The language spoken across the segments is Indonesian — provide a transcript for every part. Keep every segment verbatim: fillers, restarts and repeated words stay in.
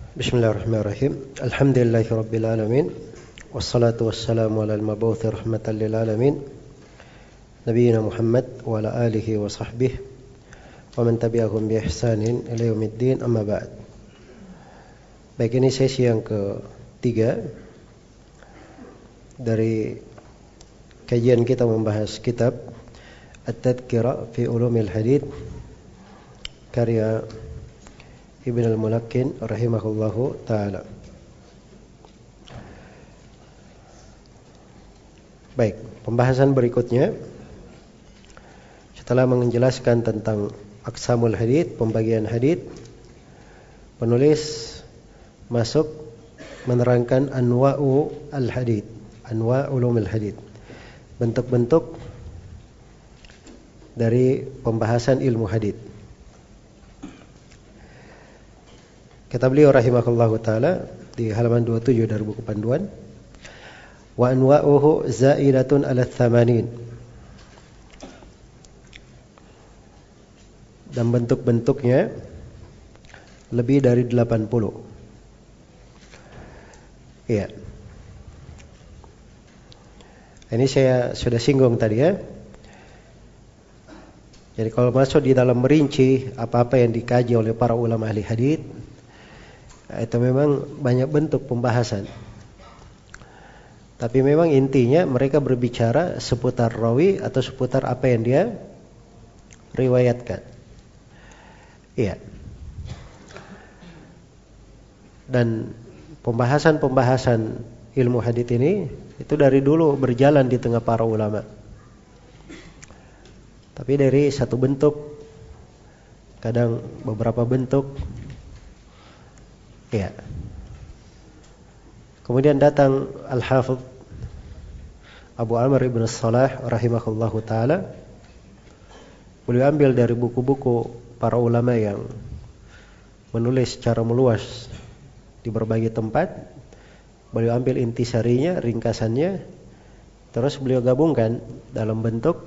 Bismillahirrahmanirrahim. Alhamdulillahirabbil alamin. Wassalatu wassalamu alal mabuuthi rahmatan lil alamin. Nabiyyina Muhammad wa ala alihi wa sahbihi wa man tabi'ahum bi ihsanin ila yaumiddin, amma ba'd. Baik, ini sesi yang ketiga dari kajian kita membahas kitab At-Tadhkirah fi Ulumil Hadits karya Ibn al-Mulakkin rahimahullahu ta'ala. Baik, pembahasan berikutnya setelah menjelaskan tentang aqsamul hadits, pembagian hadits, penulis masuk menerangkan anwa'u al-hadits, anwa' ulumul hadits, bentuk-bentuk dari pembahasan ilmu hadits. Kata beliau rahimahullahu ta'ala di halaman dua puluh tujuh dari buku panduan, wa anwa'uhu za'idatun ala thamanin, dan bentuk-bentuknya lebih dari delapan puluh. Iya. Ini saya sudah singgung tadi ya. Jadi kalau masuk di dalam merinci apa-apa yang dikaji oleh para ulama ahli hadits, itu memang banyak bentuk pembahasan. Tapi memang intinya mereka berbicara seputar rawi atau seputar apa yang dia riwayatkan. Iya. Dan pembahasan-pembahasan ilmu hadits ini itu dari dulu berjalan di tengah para ulama. Tapi dari satu bentuk, kadang beberapa bentuk. Ya. Kemudian datang Al-Hafidh Abu Amr ibn Salah rahimahullahu ta'ala. Beliau ambil dari buku-buku para ulama yang menulis secara meluas di berbagai tempat. Beliau ambil intisarinya, ringkasannya, terus beliau gabungkan dalam bentuk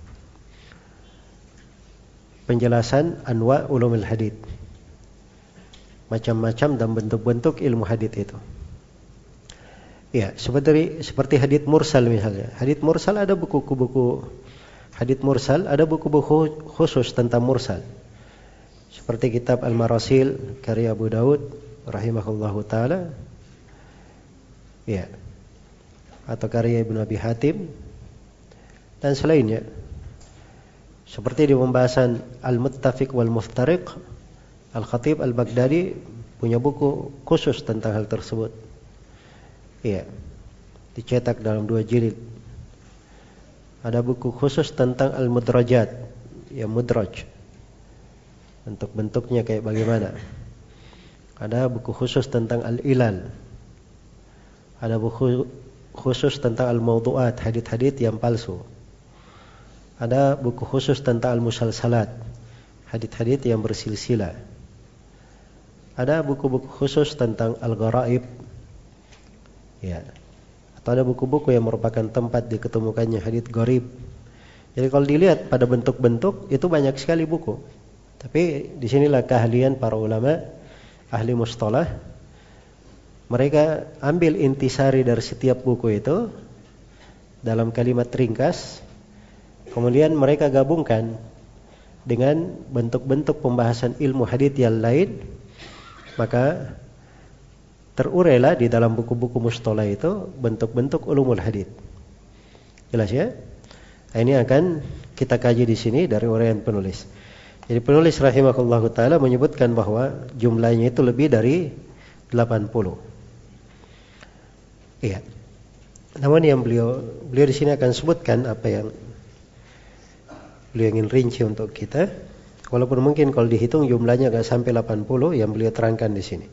penjelasan anwa' ulumul hadits, macam-macam dan bentuk-bentuk ilmu hadits itu. Ya, seperti seperti hadits mursal misalnya. Hadits mursal ada buku-buku hadits mursal, ada buku-buku khusus tentang mursal. Seperti kitab Al-Marasil karya Abu Daud rahimahullahu taala. Ya. Atau karya Ibnu Abi Hatim dan selainnya. Seperti di pembahasan Al-Muttafiq wal Muftariq, Al-Khatib Al-Baghdadi punya buku khusus tentang hal tersebut. Iya. Dicetak dalam dua jilid. Ada buku khusus tentang Al-Mudrajat, ya mudraj. Bentuk-bentuknya kayak bagaimana. Ada buku khusus tentang Al-Ilal. Ada buku khusus tentang Al-Mawdu'at, hadits-hadits yang palsu. Ada buku khusus tentang Al-Musalsalat, hadits-hadits yang bersilsilah. Ada buku-buku khusus tentang Al-Gharaib. Ya. Atau ada buku-buku yang merupakan tempat diketemukannya hadits gharib. Jadi kalau dilihat pada bentuk-bentuk itu banyak sekali buku. Tapi disinilah keahlian para ulama ahli mustalah. Mereka ambil intisari dari setiap buku itu dalam kalimat ringkas. Kemudian mereka gabungkan dengan bentuk-bentuk pembahasan ilmu hadits yang lain. Maka terurailah di dalam buku-buku mustalah itu bentuk-bentuk ulumul hadits. Jelas ya? Nah, ini akan kita kaji di sini dari uraian penulis. Jadi penulis rahimahullahu taala menyebutkan bahwa jumlahnya itu lebih dari delapan puluh. Iya. Namun yang beliau beliau di sini akan sebutkan apa yang beliau ingin rinci untuk kita. Walaupun mungkin kalau dihitung jumlahnya agak sampai delapan puluh yang beliau terangkan di sini.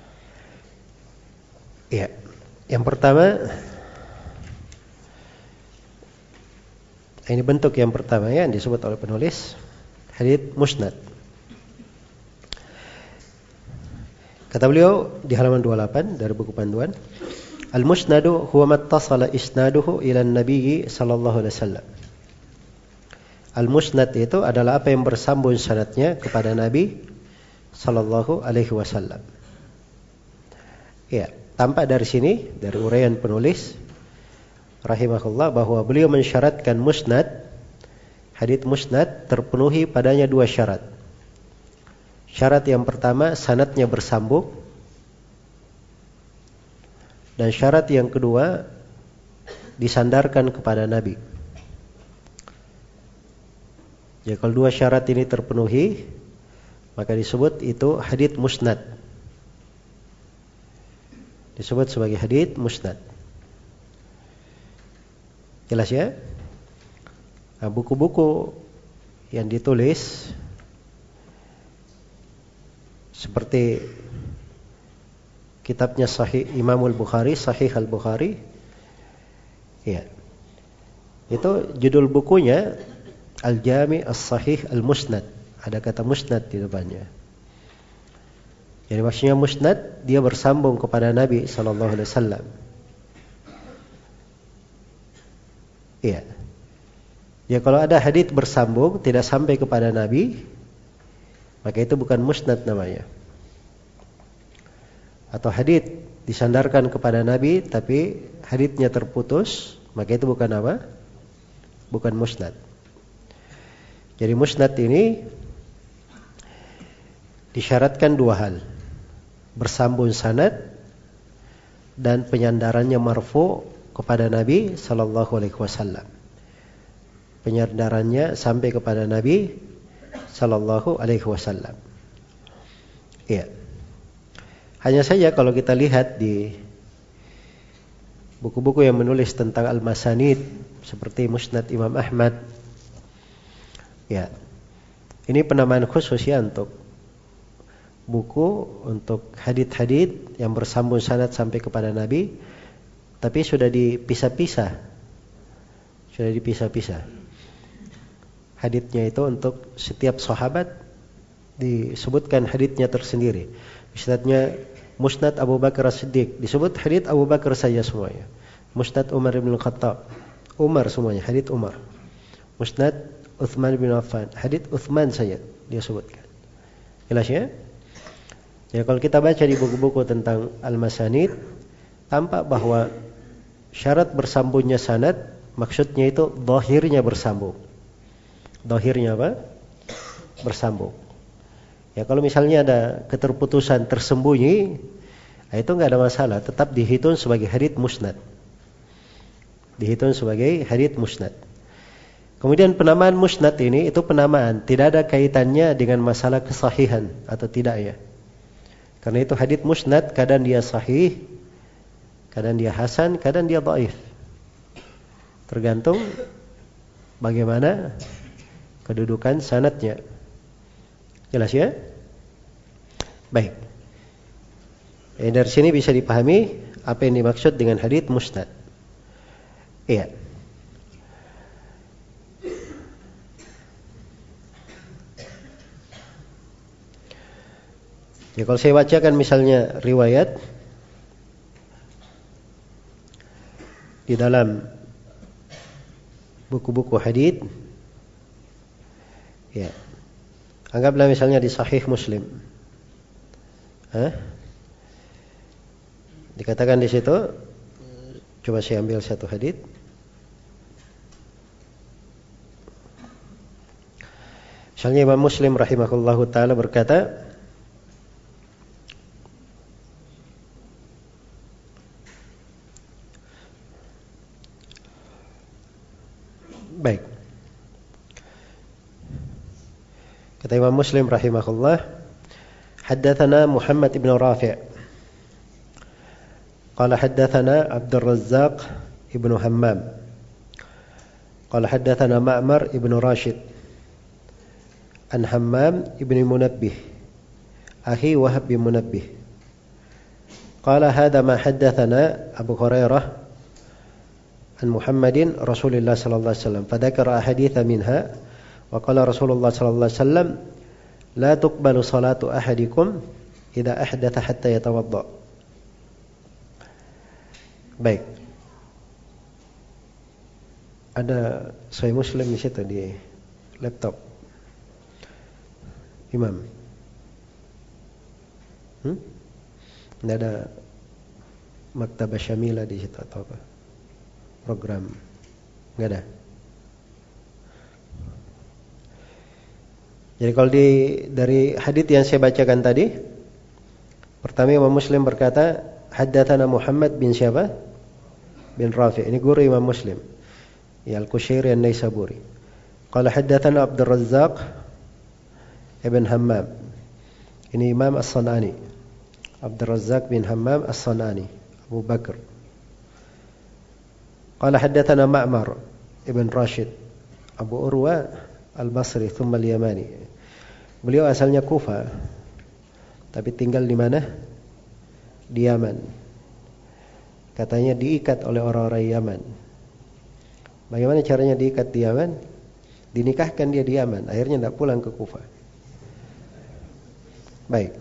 Ya, yang pertama, ini bentuk yang pertama ya yang disebut oleh penulis hadits musnad. Kata beliau di halaman dua puluh delapan dari buku panduan, al-musnadu huwa mattasala isnaduhu ila an-nabi sallallahu alaihi wasallam. Al-musnad itu adalah apa yang bersambung sanadnya kepada Nabi sallallahu alaihi wasallam. Ya, tampak dari sini dari uraian penulis rahimahullah bahwa beliau mensyaratkan musnad, hadits musnad terpenuhi padanya dua syarat. Syarat yang pertama, sanadnya bersambung. Dan syarat yang kedua, disandarkan kepada Nabi. Ya, kalau dua syarat ini terpenuhi, maka disebut itu hadits musnad. Disebut sebagai hadits musnad. Jelas ya? Nah, buku-buku yang ditulis seperti kitabnya Sahih Imam Al-Bukhari, Sahih Al-Bukhari, ya, itu judul bukunya Al-Jami' As-Sahih Al-Musnad. Ada kata musnad di depannya. Jadi maksudnya musnad, dia bersambung kepada Nabi sallallahu alaihi wasallam. Iya. Ya, kalau ada hadits bersambung tidak sampai kepada Nabi, maka itu bukan musnad namanya. Atau hadits disandarkan kepada Nabi tapi haditsnya terputus, maka itu bukan apa? Bukan musnad. Jadi musnad ini disyaratkan dua hal. Bersambung sanad dan penyandarannya marfu kepada Nabi sallallahu alaihi wasallam. Penyandarannya sampai kepada Nabi sallallahu alaihi wasallam. Iya. Hanya saja kalau kita lihat di buku-buku yang menulis tentang al-masanid seperti Musnad Imam Ahmad, ya, ini penamaan khusus ya untuk buku untuk hadits-hadits yang bersambung sanad sampai kepada Nabi, tapi sudah dipisah-pisah, sudah dipisah-pisah. Haditsnya itu untuk setiap sahabat disebutkan haditsnya tersendiri. Misalnya Musnad Abu Bakar As-Siddiq disebut hadits Abu Bakar saja semuanya. Musnad Umar bin Khattab, Umar semuanya, hadits Umar. Musnad Uthman bin Affan, hadits Uthman saja dia sebutkan. Jelas ya? Ya, kalau kita baca di buku-buku tentang al-masanid, tampak bahwa syarat bersambungnya sanad maksudnya itu zahirnya bersambung. Zahirnya apa? Bersambung. Ya, kalau misalnya ada keterputusan tersembunyi, nah itu nggak ada masalah, tetap dihitung sebagai hadits musnad. Dihitung sebagai hadits musnad. Kemudian penamaan musnad ini itu penamaan, tidak ada kaitannya dengan masalah kesahihan atau tidak ya. Karena itu hadits musnad kadang dia sahih, kadang dia hasan, kadang dia dhaif. Tergantung bagaimana kedudukan sanadnya. Jelas ya? Baik. Eh, dari sini bisa dipahami apa yang dimaksud dengan hadits musnad. Iya. Ya, kalau saya bacakan misalnya riwayat di dalam buku-buku hadits, ya, anggaplah misalnya di Sahih Muslim, Hah? dikatakan di situ, coba saya ambil satu hadits. Misalnya Imam Muslim rahimahullahu taala berkata, baik. Kata Imam Muslim rahimahullah, haddatsana Muhammad ibn Rafi'. Qala haddatsana Abdul Razzaq ibn Hammam. Qala haddatsana Ma'mar ibn Rashid an Hammam ibn Munabbih, akhi Wahab bin Munabbih. Qala hadha ma haddatsana Abu Hurairah an Muhammadin Rasulullah sallallahu alaihi wasallam, fadzakara ahaditsa minha. Wa qala Rasulullah sallallahu alaihi wasallam, la tuqbalu salatu ahadikum idza ahdatha hatta yatawadda. Baik. Ada Sahih Muslim di situ di laptop Imam. Hmm? Tidak ada maktabah syamila di situ atau apa? Program. Enggak ada. Jadi kalau di dari hadits yang saya bacakan tadi, pertama Imam Muslim berkata, haddatsana Muhammad bin siapa? Bin Rafi'. Ini guru Imam Muslim. Ya Al-Qushairi An-Naisaburi. Qala haddatsana Abdul Razzaq ibn Hammam. Ini Imam As-San'ani. Abdul Razzaq bin Hammam As-San'ani, Abu Bakr. Qala haddatsana Ma'mar ibn Rashid, Abu Urwa Al-Basri, thumma Al-Yamani. Beliau asalnya Kufa, tapi tinggal di mana? Di Yaman. Katanya diikat oleh orang-orang Yaman. Bagaimana caranya diikat di Yaman? Dinikahkan dia di Yaman, akhirnya tidak pulang ke Kufa. Baik.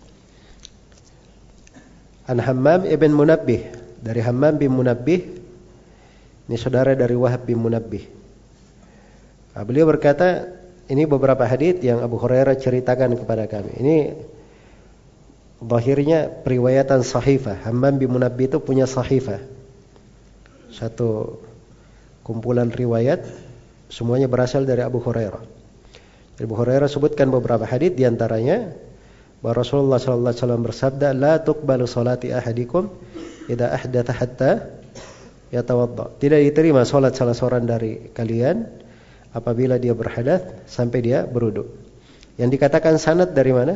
An Hammam ibn Munabbih, dari Hammam bin Munabbih, ini saudara dari Wahab bin Munabbih. Nah, beliau berkata, ini beberapa hadits yang Abu Hurairah ceritakan kepada kami. Ini zahirnya periwayatan sahifah. Hammam bin Munabbih itu punya sahifah, satu kumpulan riwayat, semuanya berasal dari Abu Hurairah. Abu Hurairah sebutkan beberapa hadits, diantaranya bahwa Rasulullah sallallahu alaihi wasallam bersabda, la tuqbalu salati ahadikum idza ahdatha hatta yatawadda. Tidak diterima salat salah seorang dari kalian apabila dia berhadas sampai dia berwudu. Yang dikatakan sanad dari mana?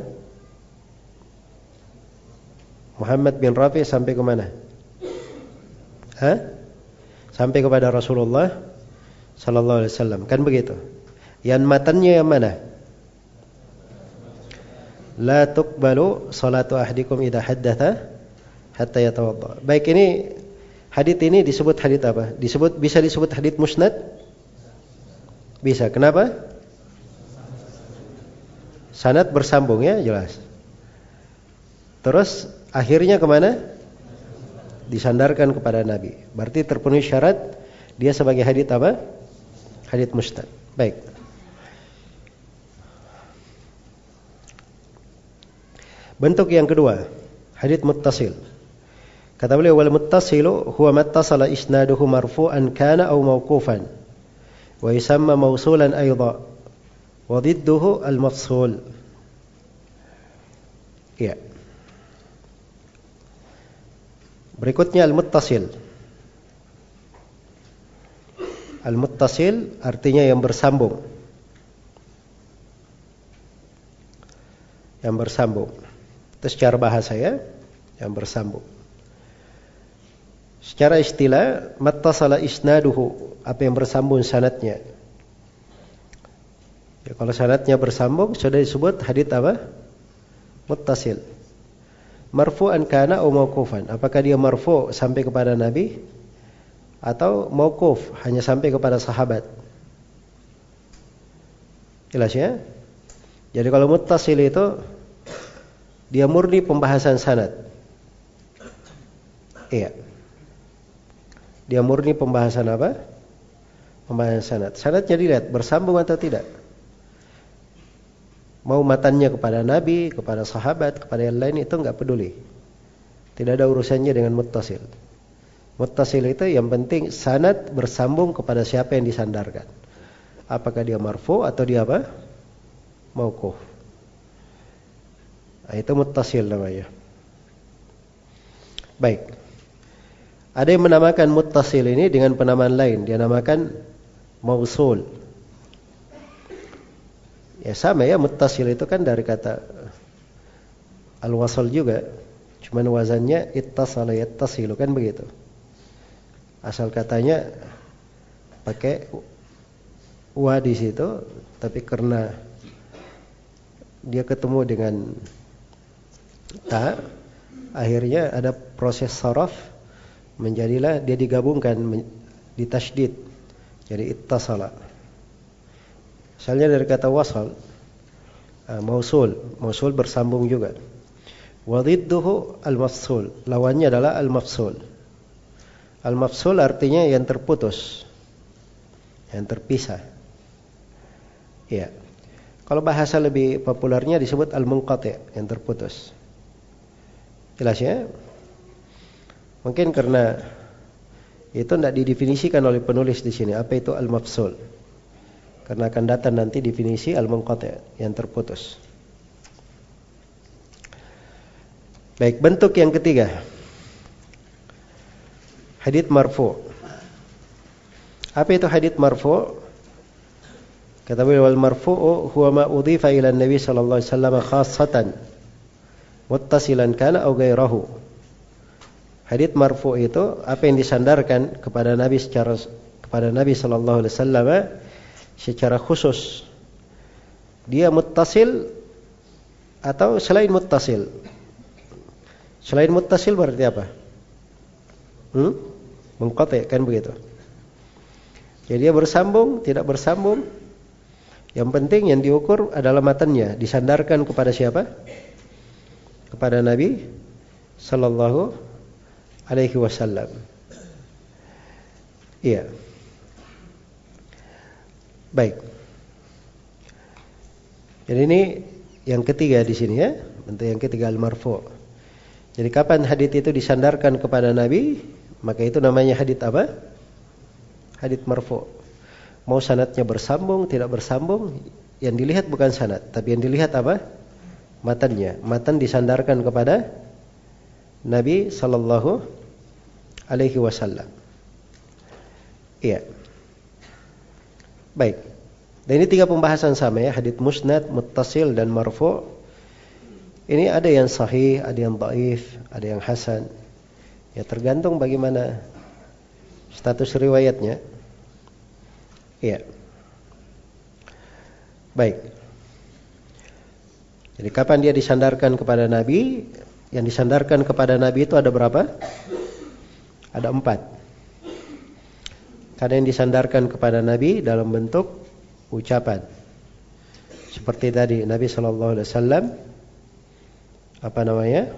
Muhammad bin Rafi sampai ke mana? Hah? Sampai kepada Rasulullah sallallahu alaihi wasallam. Kan begitu. Yang matannya yang mana? La tuqbalu salatu ahdikum idza haddatha hatta yatawadda. Baik, ini hadits ini disebut hadits apa? Disebut bisa disebut hadits musnad? Bisa. Kenapa? Sanad bersambung ya, jelas. Terus akhirnya kemana? Disandarkan kepada Nabi. Berarti terpenuhi syarat dia sebagai hadits apa? Hadits musnad. Baik. Bentuk yang kedua, hadits muttasil. Kata beliau, wal muttasilu huwa mattasala isnaduhu marfu'an kana aw mawqufan wa yusamma mawsulan aidha wa dhidduhu al-mafsul. Ya. Berikutnya al-muttasil. Al-muttasil artinya yang bersambung. Yang bersambung. Itu secara bahasa ya, yang bersambung. Secara istilah, mattasala isnaduhu, apa yang bersambung sanadnya. Ya, kalau sanadnya bersambung sudah disebut hadits apa? Muttasil. Marfu'an kana atau mauqufan. Apakah dia marfu' sampai kepada Nabi atau mauquf hanya sampai kepada sahabat? Jelas ya? Jadi kalau muttasil itu dia murni pembahasan sanad. Iya. Dia murni pembahasan apa? Pembahasan sanad. Sanadnya dilihat bersambung atau tidak. Mau matannya kepada Nabi, kepada sahabat, kepada yang lain itu enggak peduli. Tidak ada urusannya dengan muttasil. Muttasil itu yang penting sanad bersambung kepada siapa yang disandarkan. Apakah dia marfu atau dia apa? Mauquf. Nah, itu muttasil namanya. Baik. Ada yang menamakan muttasil ini dengan penamaan lain. Dia namakan mausul. Ya sama ya, muttasil itu kan dari kata al-wasal juga. Cuman wazannya ittasala yattasilu, kan begitu. Asal katanya pakai wa di situ, tapi karena dia ketemu dengan ta, akhirnya ada proses saraf, menjadilah dia digabungkan, ditasydid, jadi ittasala. Asalnya dari kata wasal, uh, mausul, mausul bersambung juga. Wa dhidduhu al-mafsul, lawannya adalah al-mafsul. Al-mafsul artinya yang terputus, yang terpisah. Ya. Kalau bahasa lebih populernya disebut al-munqati', yang terputus. Jelas ya? Mungkin karena itu tidak didefinisikan oleh penulis di sini apa itu al-mafsul. Karena akan datang nanti definisi al-munqati' yang terputus. Baik, bentuk yang ketiga. Hadits marfu'. Apa itu hadits marfu'? Kata beliau, wal marfu'u huwa ma udhifa ila an-nabi sallallahu alaihi wasallam khassatan muttasilan kana aw ghairahu. Hadits marfu' itu apa yang disandarkan kepada Nabi secara kepada Nabi sallallahu alaihi wasallam secara khusus. Dia muttasil atau selain muttasil. Selain muttasil berarti apa? Hmm? Munqati' kan begitu. Jadi dia bersambung, tidak bersambung. Yang penting yang diukur adalah matannya, disandarkan kepada siapa? Kepada Nabi sallallahu alaihi wasallam. Iya. Baik. Jadi ini yang ketiga di sini ya, bentuk yang ketiga al-marfu'. Jadi kapan hadits itu disandarkan kepada Nabi, maka itu namanya hadits apa? Hadits marfu'. Mau sanadnya bersambung, tidak bersambung, yang dilihat bukan sanad, tapi yang dilihat apa? Matannya. Matan disandarkan kepada Nabi sallallahu alaihi wasallam. Iya. Baik. Dan ini tiga pembahasan sama ya, hadits musnad, muttasil dan marfu'. Ini ada yang sahih, ada yang dhaif, ada yang hasan. Ya tergantung bagaimana status riwayatnya. Iya. Baik. Jadi kapan dia disandarkan kepada Nabi? Yang disandarkan kepada Nabi itu ada berapa? Ada empat. Karena yang disandarkan kepada Nabi dalam bentuk ucapan. Seperti tadi Nabi sallallahu alaihi wasallam apa namanya?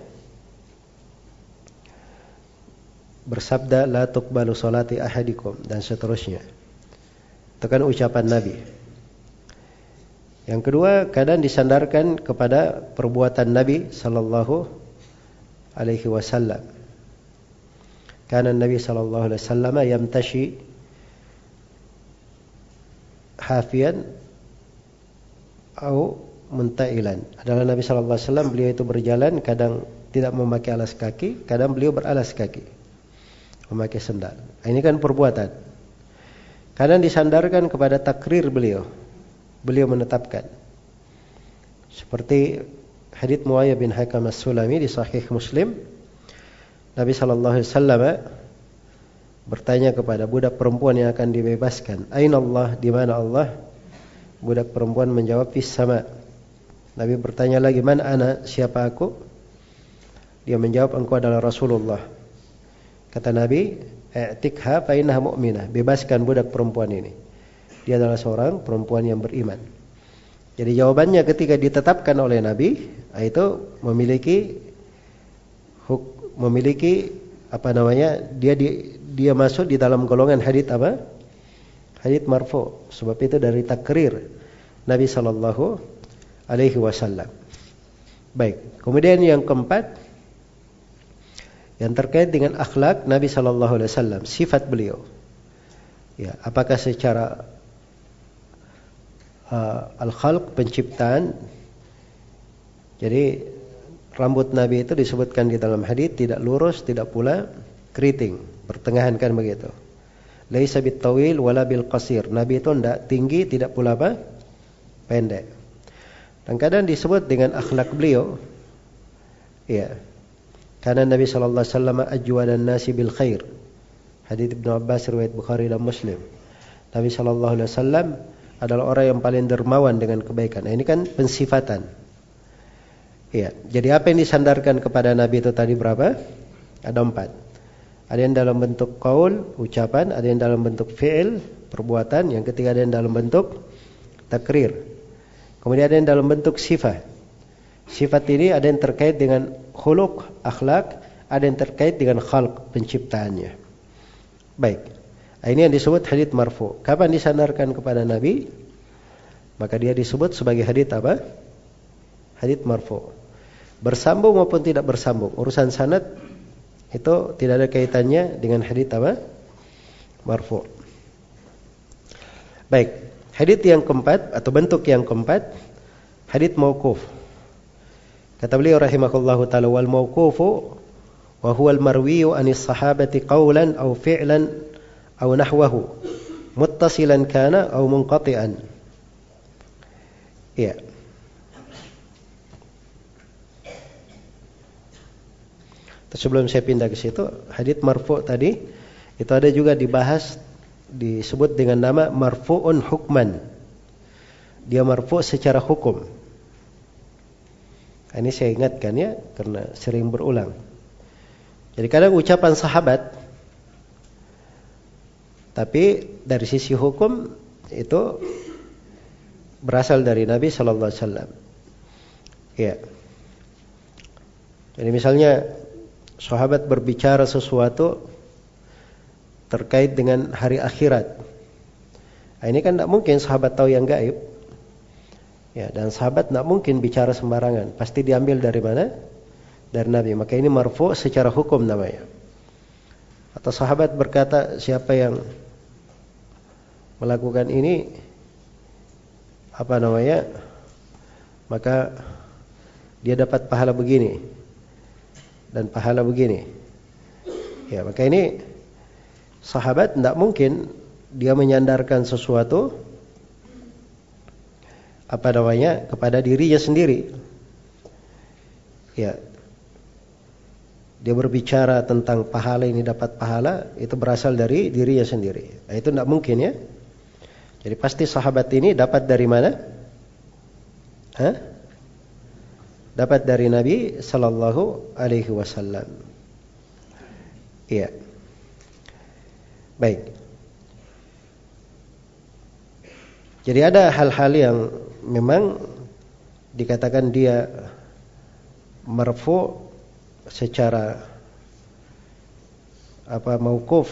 Bersabda la tuqbalu salati ahadikum dan seterusnya. Itu kan ucapan Nabi. Yang kedua, kadang disandarkan kepada perbuatan Nabi sallallahu alaihi wasallam. Karena Nabi sallallahu alaihi wasallam yamtashi hafian atau muntailan. Adalah Nabi sallallahu alaihi wasallam, beliau itu berjalan kadang tidak memakai alas kaki, kadang beliau beralas kaki, memakai sendal. Ini kan perbuatan. Kadang disandarkan kepada takrir beliau. Beliau menetapkan. Seperti hadits Muayyah bin Hakam As-Sulami di Sahih Muslim. Nabi sallallahu alaihi wasallam bertanya kepada budak perempuan yang akan dibebaskan, "Aina Allah?" Di mana Allah? Budak perempuan menjawab, "Fis sama." Nabi bertanya lagi, "Man ana?" Siapa aku? Dia menjawab, "Engkau adalah Rasulullah." Kata Nabi, "I'tikha fa innaha mu'minah." Bebaskan budak perempuan ini. Dia adalah seorang perempuan yang beriman. Jadi jawabannya ketika ditetapkan oleh Nabi, itu memiliki huk, memiliki apa namanya? Dia di, dia masuk di dalam golongan hadits apa? Hadits marfu'. Sebab itu dari takrir Nabi sallallahu alaihi wasallam. Baik, kemudian yang keempat yang terkait dengan akhlak Nabi sallallahu alaihi wasallam, sifat beliau. Ya, apakah secara uh, al-khalq, penciptaan. Jadi rambut Nabi itu disebutkan di dalam hadis tidak lurus, tidak pula keriting, pertengahan kan begitu. Laisa bit tawil wala bil qasir. Nabi itu tidak tinggi, tidak pula apa? Pendek. Dan kadang disebut dengan akhlak beliau. Ya. Karena Nabi sallallahu alaihi wasallam ajwadan nasi bil khair. Hadits Ibnu Abbas riwayat Bukhari dan Muslim. Nabi sallallahu alaihi wasallam adalah orang yang paling dermawan dengan kebaikan. Nah, ini kan pensifatan. Iya, jadi apa yang disandarkan kepada Nabi itu tadi berapa? Ada empat. Ada yang dalam bentuk qaul, ucapan, ada yang dalam bentuk fi'il, perbuatan, yang ketiga ada yang dalam bentuk takrir. Kemudian ada yang dalam bentuk sifat. Sifat ini ada yang terkait dengan khuluq, akhlak, ada yang terkait dengan khalq, penciptaannya. Baik. Ini yang disebut hadits marfu'. Kapan disandarkan kepada Nabi? Maka dia disebut sebagai hadits apa? Hadits marfu'. Bersambung maupun tidak bersambung. Urusan sanad Itu tidak ada kaitannya dengan hadits apa? Marfu'. Baik, hadits yang keempat atau bentuk yang keempat, hadits mauquf. Kata beliau rahimahullahu taala, wal mauqufu wa huwa al marwiyu anis sahabati qawlan aw fi'lan aw nahwahu muttasilan kana aw munqati'an. Ya. Sebelum saya pindah ke situ, hadits marfu' tadi itu ada juga dibahas, disebut dengan nama marfu'un hukman. Dia marfu' secara hukum. Ini saya ingatkan ya, karena sering berulang. Jadi kadang ucapan sahabat, tapi dari sisi hukum itu berasal dari Nabi Sallallahu Alaihi Wasallam. Ya. Jadi misalnya sahabat berbicara sesuatu terkait dengan hari akhirat. Nah, ini kan tidak mungkin sahabat tahu yang gaib. Ya, dan sahabat tidak mungkin bicara sembarangan. Pasti diambil dari mana? Dari Nabi. Maka ini marfu' secara hukum namanya. Atau sahabat berkata, siapa yang melakukan ini, apa namanya, maka dia dapat pahala begini dan pahala begini. Ya, maka ini sahabat tidak mungkin dia menyandarkan sesuatu, apa namanya, kepada dirinya sendiri. Ya, dia berbicara tentang pahala ini dapat pahala, itu berasal dari dirinya sendiri. Nah, itu tidak mungkin ya. Jadi pasti sahabat ini dapat dari mana? Hah? Dapat dari Nabi Sallallahu Alaihi Wasallam. Iya. Baik. Jadi ada hal-hal yang memang dikatakan dia marfu' secara apa mauquf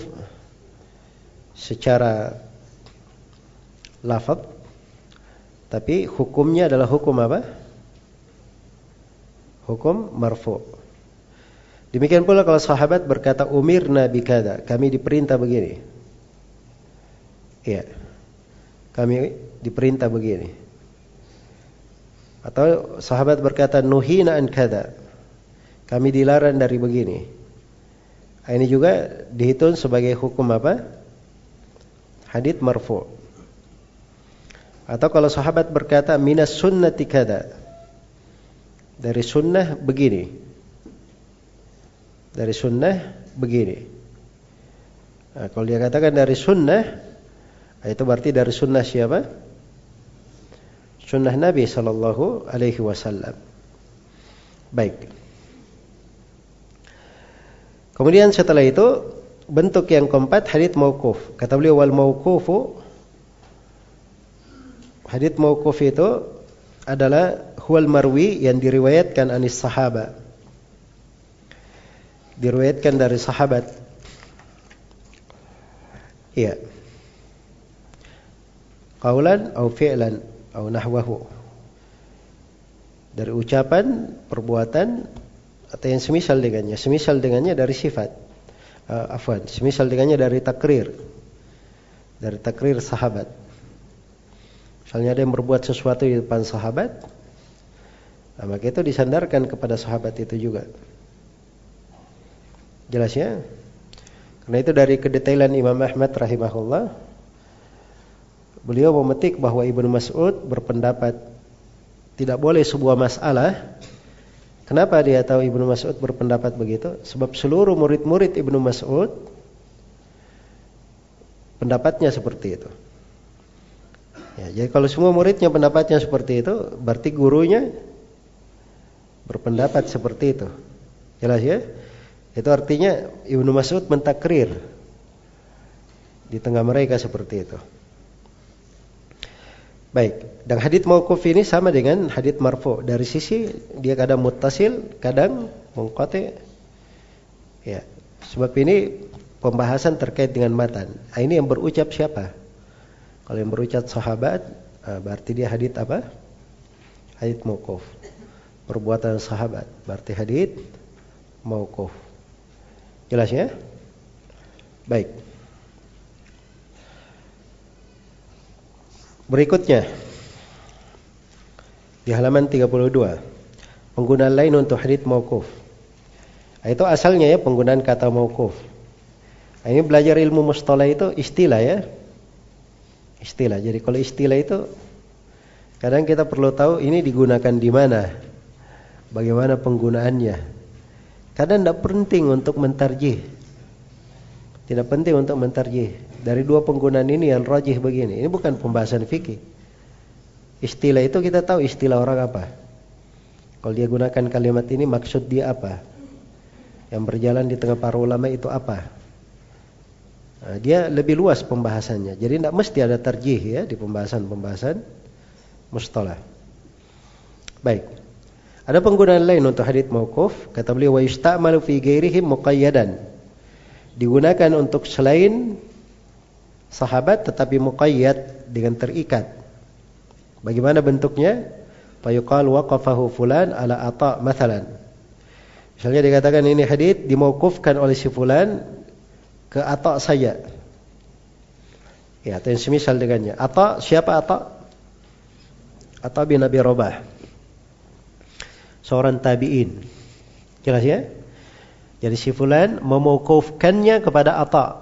secara lafaz, tapi hukumnya adalah hukum apa? Hukum marfu'. Demikian pula kalau sahabat berkata umirna bikada, kami diperintah begini. Iya. Kami diperintah begini. Atau sahabat berkata nuhina an kada, kami dilarang dari begini. Ini juga dihitung sebagai hukum apa? Hadits marfu'. Atau kalau sahabat berkata minas sunnati kada, dari sunnah begini, dari sunnah begini. Nah, kalau dia katakan dari sunnah, itu berarti dari sunnah siapa? Sunnah Nabi Sallallahu Alaihi Wasallam. Baik. Kemudian setelah itu bentuk yang keempat hadits mauquf. Kata beliau wal mauqufu, hadits mauquf itu adalah huwal marwi yang diriwayatkan anis sahaba, diriwayatkan dari sahabat. Iya. Qaulan atau fi'lan atau nahwahu, dari ucapan, perbuatan atau yang semisal dengannya. Semisal dengannya dari sifat, uh, afwan, semisal dengannya dari takrir, dari takrir sahabat. Misalnya ada yang berbuat sesuatu di depan sahabat, nah, maka itu disandarkan kepada sahabat itu juga. Jelas ya? Karena itu dari kedetailan Imam Ahmad rahimahullah, beliau memetik bahwa Ibnu Mas'ud berpendapat tidak boleh sebuah masalah. Kenapa dia tahu Ibnu Mas'ud berpendapat begitu? Sebab seluruh murid-murid Ibnu Mas'ud pendapatnya seperti itu. Ya, jadi kalau semua muridnya pendapatnya seperti itu, berarti gurunya berpendapat seperti itu. Jelas ya? Itu artinya Ibnu Mas'ud mentakrir di tengah mereka seperti itu. Baik, dan hadits mauquf ini sama dengan hadits marfu'. Dari sisi dia kadang muttasil, kadang munqati'. Ya, sebab ini pembahasan terkait dengan matan. Nah, ini yang berucap siapa? Kalau yang berucap sahabat, berarti dia hadits apa? Hadits mauquf. Perbuatan sahabat, berarti hadits mauquf. Jelas ya? Baik. Berikutnya di halaman tiga puluh dua, penggunaan lain untuk hadits mauquf. Itu asalnya ya penggunaan kata mauquf. Ini belajar ilmu mustalah itu istilah ya. Istilah. Jadi kalau istilah itu kadang kita perlu tahu ini digunakan di mana, bagaimana penggunaannya. Kadang tidak penting untuk mentarjih. Tidak penting untuk mentarjih. Dari dua penggunaan ini yang rajih begini. Ini bukan pembahasan fikih. Istilah itu kita tahu istilah orang apa. Kalau dia gunakan kalimat ini maksud dia apa. Yang berjalan di tengah para ulama itu apa. Nah, dia lebih luas pembahasannya. Jadi tidak mesti ada tarjih ya di pembahasan-pembahasan mustalah. Baik. Ada penggunaan lain untuk hadits mauquf. Kata beliau wa yusta'malu fi ghairihi muqayyadan. Digunakan untuk selain sahabat tetapi muqayyad dengan terikat. Bagaimana bentuknya? Fa yuqal waqafahu fulan ala ata mathalan. Misalnya dikatakan ini hadits dimauqufkan oleh si fulan ke Ata saja. Ya, atau yang semisal dengannya. Ata, siapa Ata? Ata bin Abi Rabah. Seorang tabi'in. Jelas ya? Jadi si fulan memauqufkannya kepada Ata.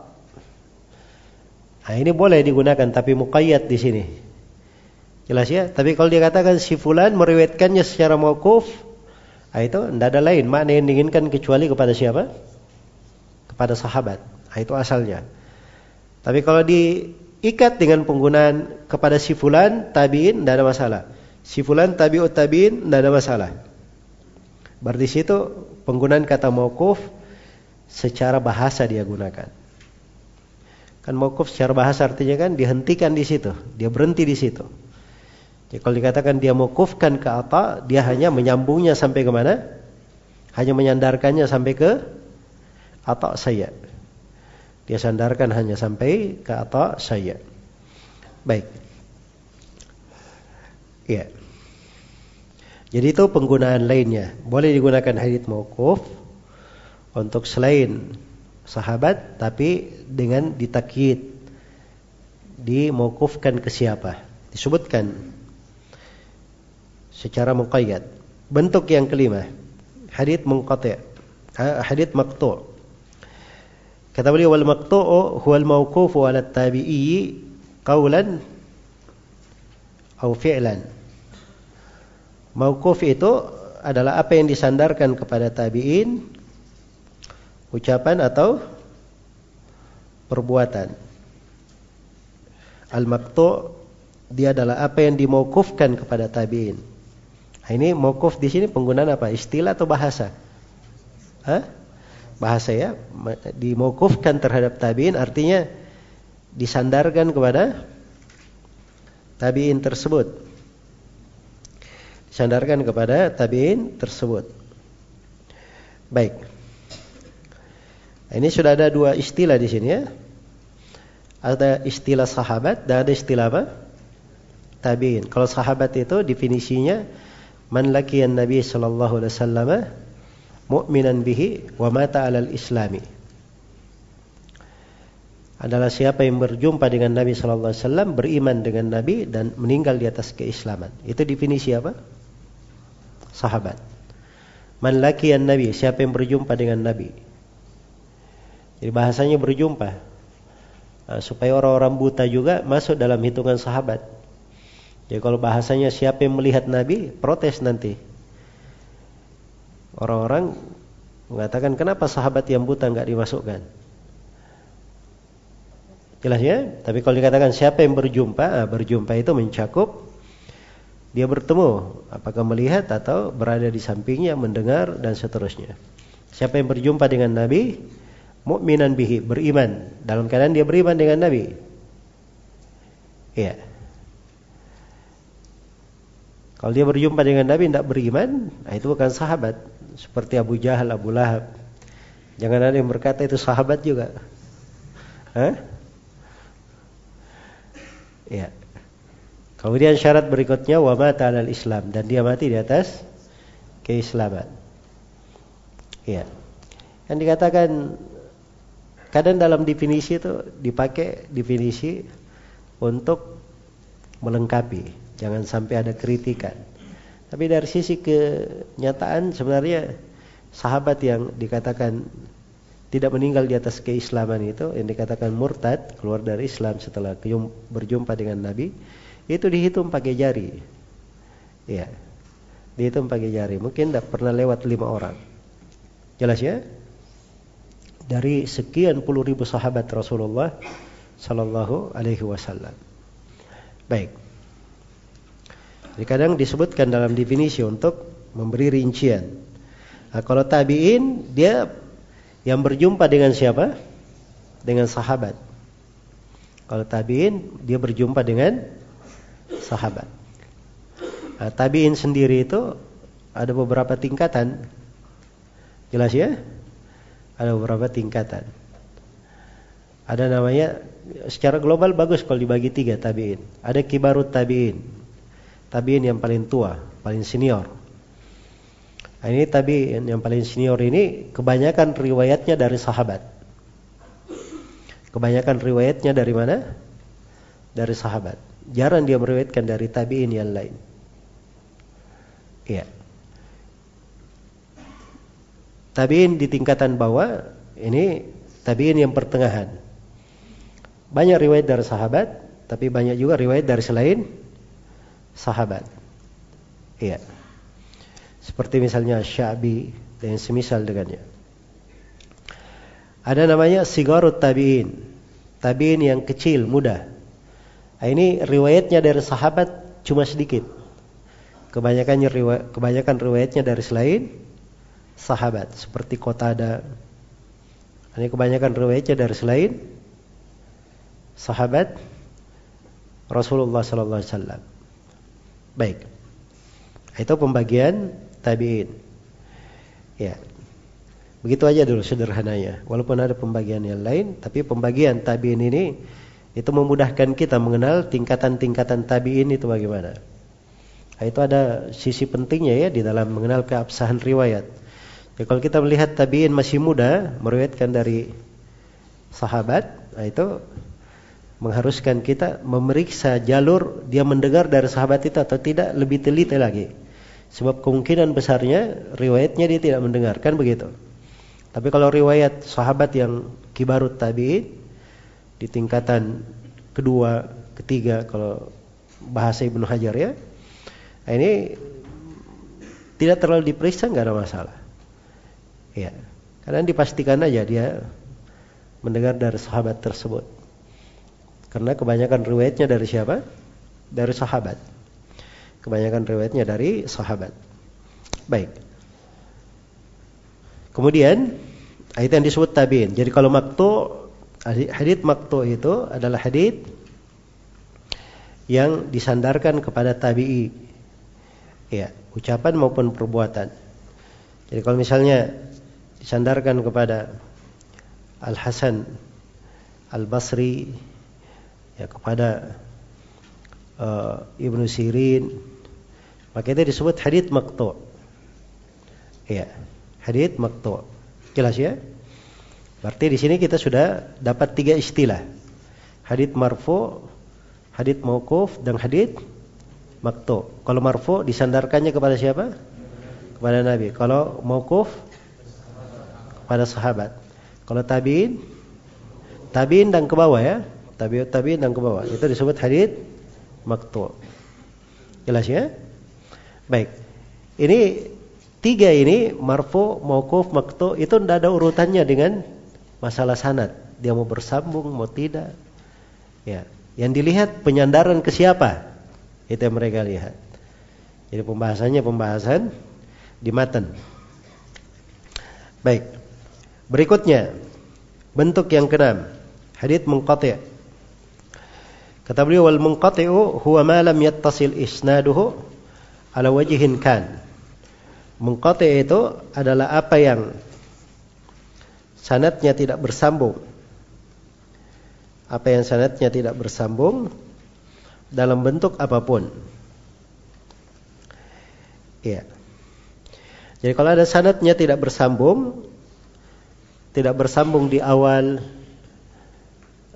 Nah, ini boleh digunakan tapi muqayyad di sini. Jelas ya? Tapi kalau dia katakan si fulan meriwayatkannya secara mauquf, nah itu tidak ada lain makna yang diinginkan kecuali kepada siapa? Kepada sahabat. Nah, itu asalnya. Tapi kalau diikat dengan penggunaan kepada si fulan tabi'in, tidak ada masalah. Si fulan tabi'ut tabi'in, tidak ada masalah. Berarti situ penggunaan kata mauquf secara bahasa dia gunakan. Kan mauquf secara bahasa artinya kan dihentikan di situ, dia berhenti di situ. Jadi kalau dikatakan dia mauqufkan ke Ata, dia hanya menyambungnya sampai ke mana? Hanya menyandarkannya sampai ke Ata saya. Dia sandarkan hanya sampai ke Ata saya. Baik. Ya. Jadi itu penggunaan lainnya. Boleh digunakan hadits mauquf untuk selain sahabat tapi dengan ditakyid, dimauqufkan ke siapa? Disebutkan secara muqayyad. Bentuk yang kelima, hadits munqati', hadits maqtu'. Kata beliau wal maqtu'u huwal mauqufu 'ala at-tabi'i qawlan aw fi'lan. Mauquf itu adalah apa yang disandarkan kepada tabi'in, ucapan atau perbuatan. Al-maqtu' dia adalah apa yang dimauqufkan kepada tabi'in. Nah, ini mauquf di sini penggunaan apa? Istilah atau bahasa? Hah? Bahasa ya. Dimauqufkan terhadap tabi'in artinya disandarkan kepada tabi'in tersebut. Disandarkan kepada tabi'in tersebut. Baik. Ini sudah ada dua istilah di sini ya. Ada istilah sahabat dan ada istilah apa? Tabi'in. Kalau sahabat itu definisinya man laqiyan Nabi sallallahu alaihi wasallam mu'minan bihi wa mata 'alal islami. Adalah siapa yang berjumpa dengan Nabi sallallahu alaihi wasallam, beriman dengan Nabi dan meninggal di atas keislaman. Itu definisi apa? Sahabat. Man laqiyan Nabi, siapa yang berjumpa dengan Nabi. Jadi bahasanya berjumpa. Nah, supaya orang-orang buta juga masuk dalam hitungan sahabat. Jadi kalau bahasanya siapa yang melihat Nabi, protes nanti. Orang-orang mengatakan kenapa sahabat yang buta enggak dimasukkan? Jelas ya? Tapi kalau dikatakan siapa yang berjumpa, nah, berjumpa itu mencakup dia bertemu, apakah melihat atau berada di sampingnya, mendengar dan seterusnya. Siapa yang berjumpa dengan Nabi, mukminan bihi, beriman, dalam keadaan dia beriman dengan Nabi. Iya. Kalau dia berjumpa dengan Nabi tidak beriman, nah itu bukan sahabat. Seperti Abu Jahal, Abu Lahab. Jangan ada yang berkata itu sahabat juga. Hah? Iya. Kemudian syarat berikutnya wa mata 'alal Islam, dan dia mati di atas keislaman. Iya. Yang dikatakan kadang dalam definisi itu dipakai definisi untuk melengkapi, jangan sampai ada kritikan. Tapi dari sisi kenyataan sebenarnya sahabat yang dikatakan tidak meninggal di atas keislaman itu, yang dikatakan murtad, keluar dari Islam setelah berjumpa dengan Nabi, itu dihitung pakai jari. Ya, dihitung pakai jari. Mungkin tidak pernah lewat lima orang. Jelas ya? Dari sekian puluh ribu sahabat Rasulullah Sallallahu Alaihi Wasallam. Baik. Jadi kadang disebutkan dalam definisi untuk memberi rincian. Nah, kalau tabi'in dia yang berjumpa dengan siapa? Dengan sahabat. Kalau tabi'in dia berjumpa dengan sahabat. Nah, tabi'in sendiri itu ada beberapa tingkatan. Jelas ya? Ada beberapa tingkatan. Ada namanya secara global bagus kalau dibagi tiga tabi'in. Ada kibarut tabi'in. Tabi'in yang paling tua, paling senior. Nah, ini tabi'in yang paling senior ini kebanyakan riwayatnya dari sahabat. Kebanyakan riwayatnya dari mana? Dari sahabat. Jarang dia meriwayatkan dari tabi'in yang lain. Iya. Tabi'in di tingkatan bawah, ini tabi'in yang pertengahan. Banyak riwayat dari sahabat, tapi banyak juga riwayat dari selain sahabat. Iya. Seperti misalnya Sya'bi dan semisal dengannya. Ada namanya sigarut tabi'in. Tabi'in yang kecil, muda. Nah, ini riwayatnya dari sahabat cuma sedikit. Kebanyakan riwayat, kebanyakan riwayatnya dari selain sahabat, seperti Qatada. Ini kebanyakan riwayatnya dari selain sahabat Rasulullah sallallahu alaihi wasallam. Baik. Itu pembagian tabi'in. Ya. Begitu aja dulu sederhananya. Walaupun ada pembagian yang lain, tapi pembagian tabi'in ini itu memudahkan kita mengenal tingkatan-tingkatan tabi'in itu bagaimana. Nah, itu ada sisi pentingnya ya di dalam mengenal keabsahan riwayat. Ya, kalau kita melihat tabi'in masih muda meriwayatkan dari sahabat, nah itu mengharuskan kita memeriksa jalur dia mendengar dari sahabat itu atau tidak lebih teliti lagi. Sebab kemungkinan besarnya riwayatnya dia tidak mendengar, kan begitu. Tapi kalau riwayat sahabat yang kibarut tabi'in di tingkatan kedua, ketiga kalau bahasa Ibnu Hajar ya, nah ini tidak terlalu diperiksa, nggak ada masalah. Ya, karena dipastikan aja dia mendengar dari sahabat tersebut. Karena kebanyakan riwayatnya dari siapa? Dari sahabat. Kebanyakan riwayatnya dari sahabat. Baik. Kemudian itu yang disebut tabi'in. Jadi kalau maktu, hadits maktu itu adalah hadits yang disandarkan kepada tabi'i. Ya, ucapan maupun perbuatan. Jadi kalau misalnya disandarkan kepada Al-Hasan Al-Basri, ya kepada uh, Ibnu Sirin, maka itu disebut hadits maqtu'. Ya, hadits maqtu'. Jelas ya? Berarti di sini kita sudah dapat tiga istilah. Hadits marfu', hadits mauquf, dan hadits maqtu'. Kalau marfu' disandarkannya kepada siapa? Kepada Nabi. Kalau mauquf kepada sahabat. Kalau tabi'in, tabi'in dan ke bawah ya. Tabi'ut tabi'in dan ke bawah. Itu disebut hadits maqtu'. Jelas ya? Baik. Ini tiga ini marfu, mauquf, maqtu' itu tidak ada urutannya dengan masalah sanad. Dia mau bersambung, mau tidak. Ya, yang dilihat penyandaran ke siapa? Itu yang mereka lihat. Jadi pembahasannya pembahasan di matan. Baik. Berikutnya bentuk yang keenam, hadits munqati'. Kata beliau, wal munqati'u huwa ma lam yattasil isnaduhu ala wajhin kan. Munqati' itu adalah apa yang sanadnya tidak bersambung. Apa yang sanadnya tidak bersambung dalam bentuk apapun. Iya. Jadi kalau ada sanadnya tidak bersambung, tidak bersambung di awal,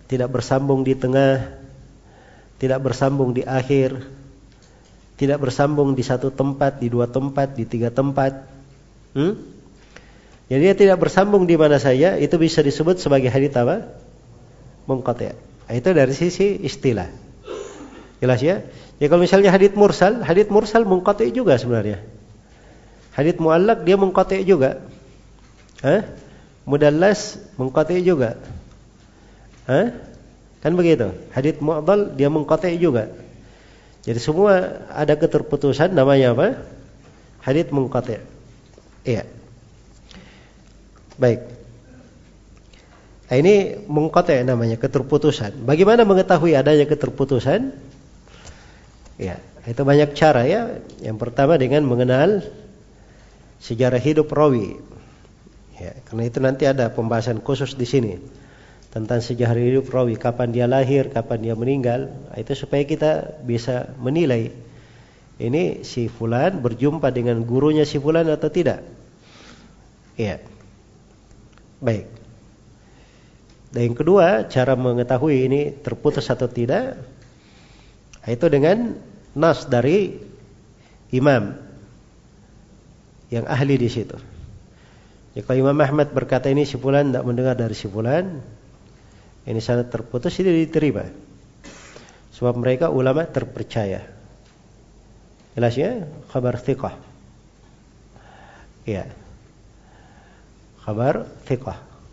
tidak bersambung di tengah, tidak bersambung di akhir, tidak bersambung di satu tempat, di dua tempat, di tiga tempat. Hmm? Jadi dia tidak bersambung di mana saja, itu bisa disebut sebagai hadits apa? Munqati'. Itu dari sisi istilah. Jelas ya? Ya kalau misalnya hadits mursal, hadits mursal munqati' juga sebenarnya. Hadits mu'allaq dia munqati' juga. Hah? Mudallas munqati' juga. Hah? Kan begitu. Hadits mu'dhal dia munqati' juga. Jadi semua ada keterputusan, namanya apa? Hadits munqati'. Iya. Baik. Nah, ini munqati' namanya, keterputusan. Bagaimana mengetahui adanya keterputusan? Ya, itu banyak cara ya. Yang pertama dengan mengenal sejarah hidup rawi. Ya, karena itu nanti ada pembahasan khusus di sini tentang sejarah hidup rawi, kapan dia lahir, kapan dia meninggal. Itu supaya kita bisa menilai ini si fulan berjumpa dengan gurunya si fulan atau tidak. Iya. Baik. Dan yang kedua, cara mengetahui ini terputus atau tidak, itu dengan nas dari imam yang ahli di situ. Ya, kalau Imam Ahmad berkata ini si fulan tidak mendengar dari si fulan, ini sanad terputus, ini diterima. Sebab mereka ulama terpercaya. Jelas ya? Khabar thiqah. Iya. Khabar thiqah.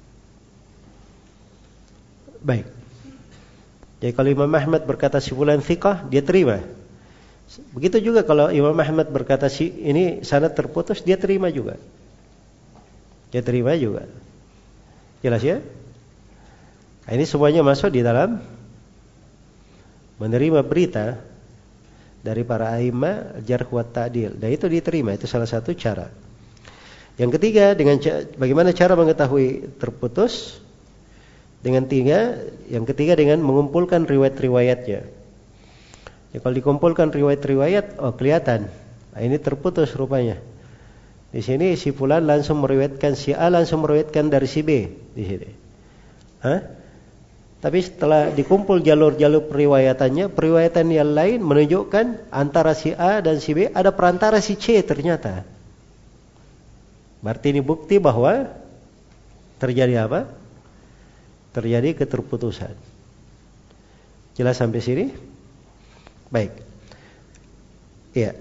Baik. Jadi kalau Imam Ahmad berkata si fulan thiqah, dia terima. Begitu juga kalau Imam Ahmad berkata si ini sanad terputus, dia terima juga. Dia terima juga. Jelas ya? Nah, ini semuanya masuk di dalam menerima berita dari para a'immah jarh wa ta'dil. Dan itu diterima, itu salah satu cara. Yang ketiga, dengan bagaimana cara mengetahui terputus? Dengan tiga, yang ketiga dengan mengumpulkan riwayat-riwayatnya. Ya, kalau dikumpulkan riwayat-riwayat, oh kelihatan. Nah, ini terputus rupanya. Di sini si fulan langsung meriwayatkan, si A langsung meriwayatkan dari si B di sini. Hah? Tapi setelah dikumpul jalur-jalur periwayatannya, periwayatan yang lain menunjukkan antara si A dan si B ada perantara si C ternyata. Berarti ini bukti bahwa terjadi apa? Terjadi keterputusan. Jelas sampai sini? Baik. Iya.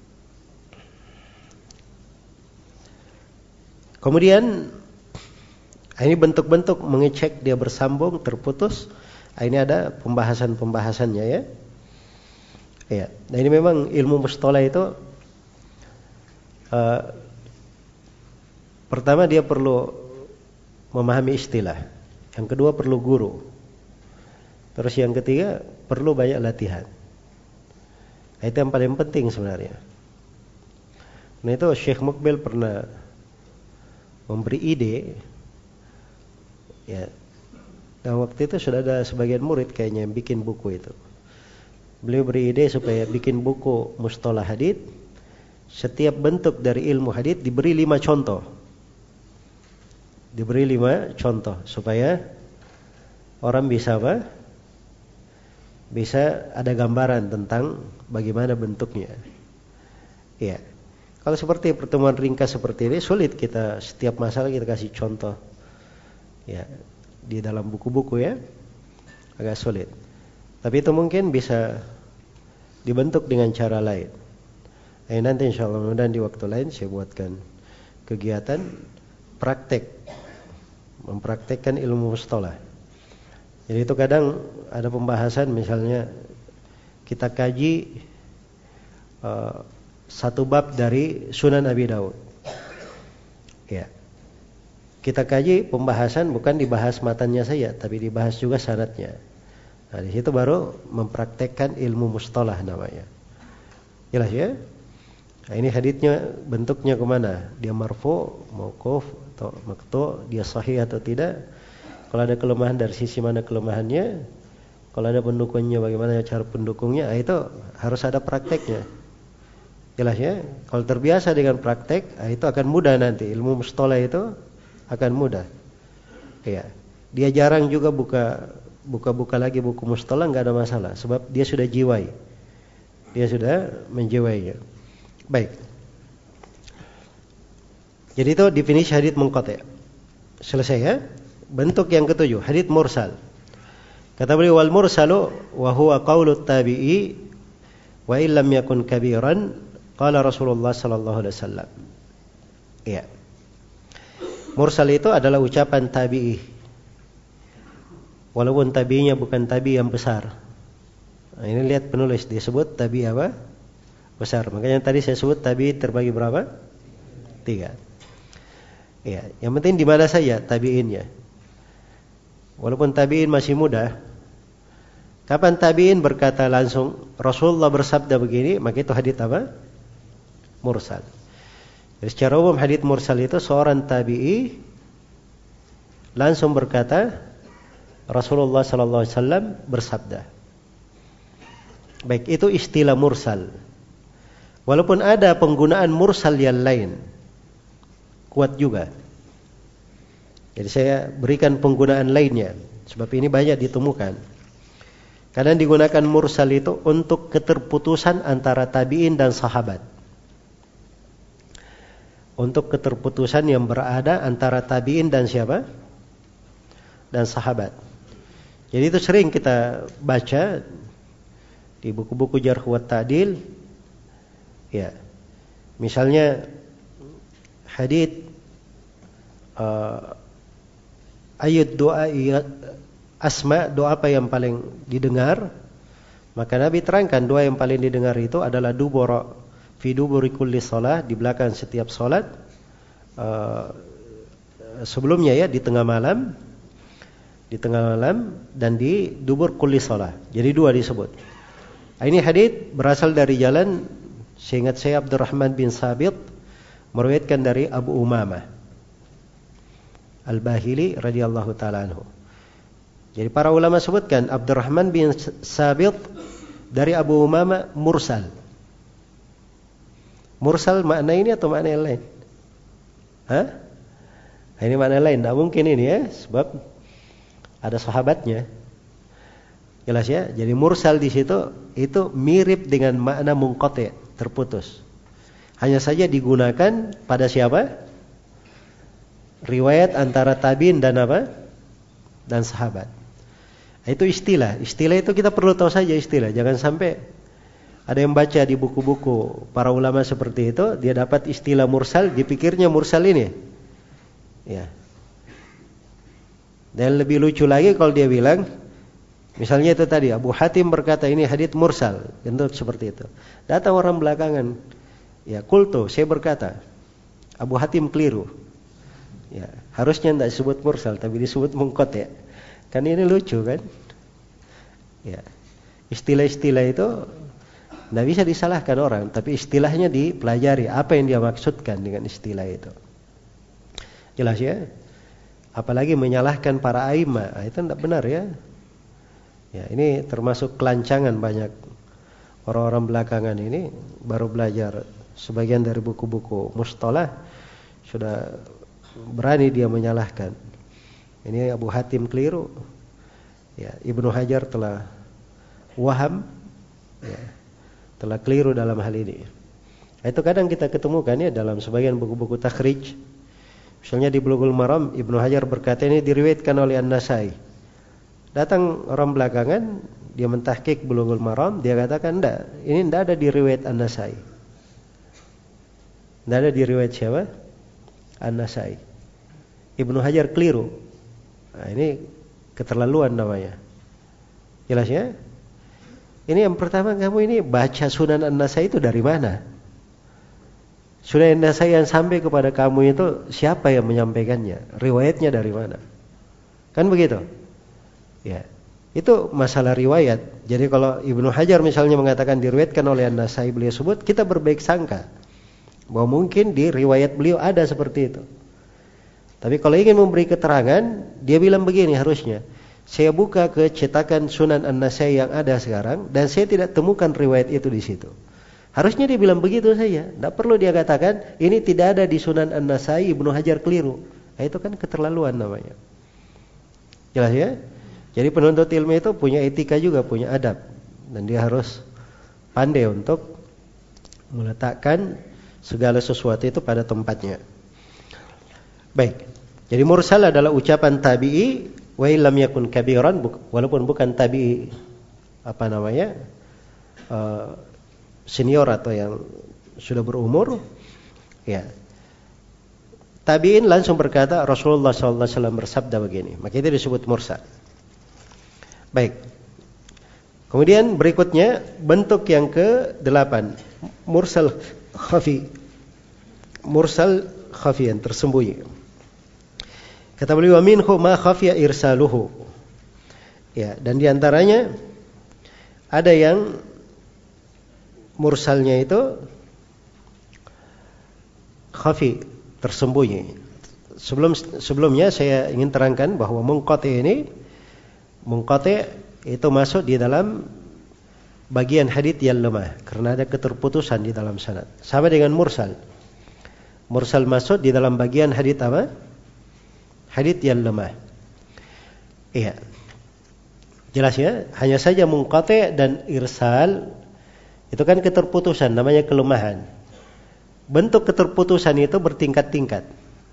Kemudian ini bentuk-bentuk mengecek dia bersambung, terputus. Ini ada pembahasan-pembahasannya ya. Iya. Nah ini memang ilmu mustalah itu uh, pertama dia perlu memahami istilah. Yang kedua perlu guru. Terus yang ketiga perlu banyak latihan. Nah, itu yang paling penting sebenarnya. Nah itu Syekh Mukbil pernah memberi ide. Ya. Dan waktu itu sudah ada sebagian murid kayaknya yang bikin buku itu. Beliau beri ide supaya bikin buku mustalah hadits. Setiap bentuk dari ilmu hadits diberi lima contoh. Diberi lima contoh supaya orang bisa apa? Bisa ada gambaran tentang bagaimana bentuknya. Iya. Kalau seperti pertemuan ringkas seperti ini sulit kita setiap masalah kita kasih contoh. Ya, di dalam buku-buku ya. Agak sulit. Tapi itu mungkin bisa dibentuk dengan cara lain. Eh, nanti insyaallah mudah-mudahan di waktu lain saya buatkan kegiatan praktek mempraktekkan ilmu mustalah. Jadi itu kadang ada pembahasan misalnya kita kaji uh, satu bab dari Sunan Abi Daud. Ya. Kita kaji pembahasan bukan dibahas matanya saja, tapi dibahas juga sanadnya. Nah, di situ baru mempraktekkan ilmu mustalah namanya. Jelas ya? Nah, ini haditsnya bentuknya kemana? Dia marfu, mauquf atau maqtu', dia sahih atau tidak? Kalau ada kelemahan dari sisi mana kelemahannya? Kalau ada pendukungnya bagaimana cara pendukungnya? Nah, itu harus ada prakteknya. Jelas ya? Kalau terbiasa dengan praktek, nah, itu akan mudah nanti. Ilmu mustalah itu akan mudah. Iya. Dia jarang juga buka buka-buka lagi buku mustalah nggak ada masalah, sebab dia sudah jiwai, dia sudah menjiwainya. Baik. Jadi itu definisi hadits munqati'. Selesai ya? Bentuk yang ketujuh, hadits mursal. Kata beliau, wal mursalu wa huwa qaulut tabi'i wa illam yakun kabiran, qala Rasulullah sallallahu alaihi wasallam. Iya. Mursal itu adalah ucapan tabi'i. Walaupun tabi'inya bukan tabi' yang besar. Nah, ini lihat penulis disebut tabi' apa? Besar. Makanya tadi saya sebut tabi' terbagi berapa? Tiga. Iya, yang penting di mana saja tabi'innya. Walaupun tabi'in masih muda, kapan tabi'in berkata langsung Rasulullah bersabda begini, maka itu hadits apa? Mursal. Jadi secara umum hadits mursal itu seorang tabi'i langsung berkata Rasulullah sallallahu alaihi wasallam bersabda. Baik, itu istilah mursal. Walaupun ada penggunaan mursal yang lain, kuat juga. Jadi saya berikan penggunaan lainnya, sebab ini banyak ditemukan. Kadang digunakan mursal itu untuk keterputusan antara tabi'in dan sahabat. Untuk keterputusan yang berada antara tabi'in dan siapa? Dan sahabat. Jadi itu sering kita baca di buku-buku Jarh wa Ta'dil. Ya. Misalnya hadits uh, ayat doa asma, doa apa yang paling didengar, maka Nabi terangkan doa yang paling didengar itu adalah dubura fi duburi kulli shalah, di belakang setiap salat, uh, sebelumnya ya di tengah malam, di tengah malam dan di dubur kulli shalah. Jadi dua disebut. Ini hadits berasal dari jalan, seingat saya Abdurrahman bin Sabit meriwayatkan dari Abu Umamah Al-Bahili radhiyallahu taala anhu. Jadi para ulama sebutkan Abdurrahman bin Sabit dari Abu Umamah mursal. Mursal makna ini atau makna yang lain? Hah? Ini makna lain, tidak mungkin ini ya, sebab ada sahabatnya. Jelas ya? Jadi mursal di situ itu mirip dengan makna munqati', terputus. Hanya saja digunakan pada siapa? Riwayat antara tabi'in dan apa? Dan sahabat. Itu istilah. Istilah itu kita perlu tahu saja istilah. Jangan sampai ada yang baca di buku-buku para ulama seperti itu, dia dapat istilah mursal, dipikirnya mursal ini. Ya. Dan lebih lucu lagi kalau dia bilang, misalnya itu tadi Abu Hatim berkata ini hadits mursal, bentuk seperti itu. Datang orang belakangan, ya kultu, saya berkata, Abu Hatim keliru. Ya, harusnya tidak disebut mursal, tapi disebut munqati'. Ya. Kan ini lucu kan? Ya. Istilah-istilah itu tidak bisa disalahkan orang, tapi istilahnya dipelajari apa yang dia maksudkan dengan istilah itu. Jelas ya? Apalagi menyalahkan para a'immah, nah, itu tidak benar ya. Ya, ini termasuk kelancangan banyak orang-orang belakangan ini baru belajar sebagian dari buku-buku mustalah sudah berani dia menyalahkan. Ini Abu Hatim keliru. Ya, Ibnu Hajar telah waham, ya, telah keliru dalam hal ini. Itu kadang kita ketemukan ya dalam sebagian buku-buku takhrij. Misalnya di Bulughul Maram, Ibnu Hajar berkata ini diriwayatkan oleh An-Nasai. Datang orang belakangan, dia mentahqiq Bulughul Maram, dia katakan enggak, ini enggak ada di riwayat An-Nasai. Enggak ada di riwayat siapa? An-Nasai. Ibnu Hajar keliru. Nah, ini keterlaluan namanya. Jelas ya? Ini yang pertama, kamu ini baca Sunan An-Nasai itu dari mana? Sunan An-Nasai yang sampai kepada kamu itu siapa yang menyampaikannya? Riwayatnya dari mana? Kan begitu? Ya. Itu masalah riwayat. Jadi kalau Ibnu Hajar misalnya mengatakan diriwayatkan oleh An-Nasai, beliau sebut, kita berbaik sangka bahwa mungkin di riwayat beliau ada seperti itu. Tapi kalau ingin memberi keterangan, dia bilang begini harusnya. Saya buka ke cetakan Sunan An-Nasai yang ada sekarang dan saya tidak temukan riwayat itu di situ. Harusnya dia bilang begitu saja. Tidak perlu dia katakan ini tidak ada di Sunan An-Nasai, Ibnu Hajar keliru. Nah, itu kan keterlaluan namanya. Jelas ya? Jadi penuntut ilmu itu punya etika juga, punya adab, dan dia harus pandai untuk meletakkan segala sesuatu itu pada tempatnya. Baik. Jadi mursal adalah ucapan tabi'i wa illam yakun kabiran, walaupun bukan tabi'i apa namanya? Uh, senior atau yang sudah berumur, ya. Tabi'in langsung berkata Rasulullah sallallahu alaihi wasallam bersabda begini, maka itu disebut mursal. Baik. Kemudian berikutnya bentuk yang ke delapan, mursal khafi. Mursal khafi yang tersembunyi. Kata beliau, minhu ma khafiya irsaluhu. Ya, dan diantaranya ada yang mursalnya itu khafi, tersembunyi. Sebelum sebelumnya saya ingin terangkan bahwa munqati ini, munqati itu masuk di dalam bagian hadits yang lemah karena ada keterputusan di dalam sanad. Sama dengan mursal. Mursal masuk di dalam bagian hadits apa? Hadits yang lemah. Iya. Jelas ya? Hanya saja munqati dan irsal itu kan keterputusan, namanya kelemahan. Bentuk keterputusan itu bertingkat-tingkat.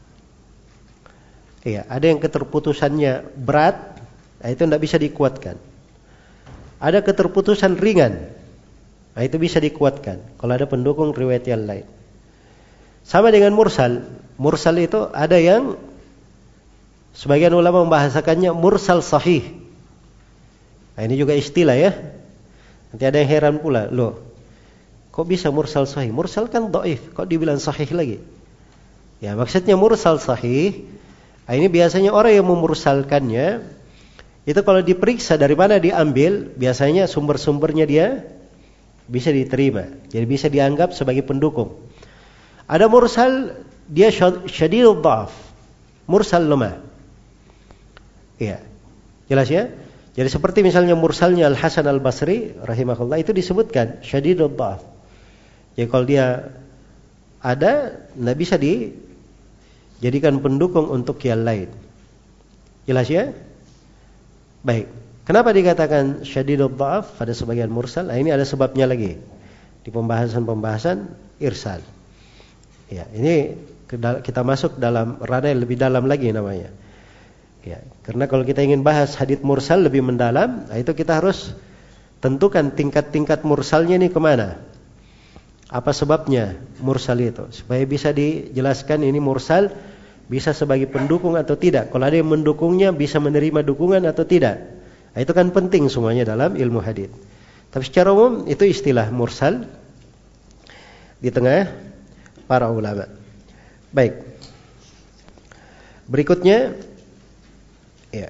Iya, ada yang keterputusannya berat, nah itu tidak bisa dikuatkan. Ada keterputusan ringan, nah itu bisa dikuatkan kalau ada pendukung riwayat yang lain. Sama dengan mursal. Mursal itu ada yang sebagian ulama membahasakannya mursal sahih. Nah ini juga istilah ya. Nanti ada yang heran pula, loh, kok bisa mursal sahih? Mursal kan dhaif, kok dibilang sahih lagi? Ya, maksudnya mursal sahih, nah ini biasanya orang yang memursalkannya, itu kalau diperiksa dari mana diambil, biasanya sumber-sumbernya dia bisa diterima. Jadi bisa dianggap sebagai pendukung. Ada mursal, dia syadidud dhaf, mursal lemah. Iya, jelas ya? Jadi seperti misalnya mursalnya Al-Hasan Al-Basri rahimahullah itu disebutkan syadidud dhaf. Jadi kalau dia ada, tidak bisa dijadikan pendukung untuk yang lain. Jelas ya? Baik. Kenapa dikatakan syadidud dhaf pada sebagian mursal? Nah, ini ada sebabnya lagi di pembahasan-pembahasan irsal. Ya, ini kita masuk dalam ranah yang lebih dalam lagi namanya. Ya, karena kalau kita ingin bahas hadits mursal lebih mendalam, nah itu kita harus tentukan tingkat-tingkat mursalnya ini kemana. Apa sebabnya mursal itu, supaya bisa dijelaskan ini mursal bisa sebagai pendukung atau tidak. Kalau ada yang mendukungnya bisa menerima dukungan atau tidak. Nah, itu kan penting semuanya dalam ilmu hadits. Tapi secara umum itu istilah mursal di tengah para ulama. Baik. Berikutnya, ya.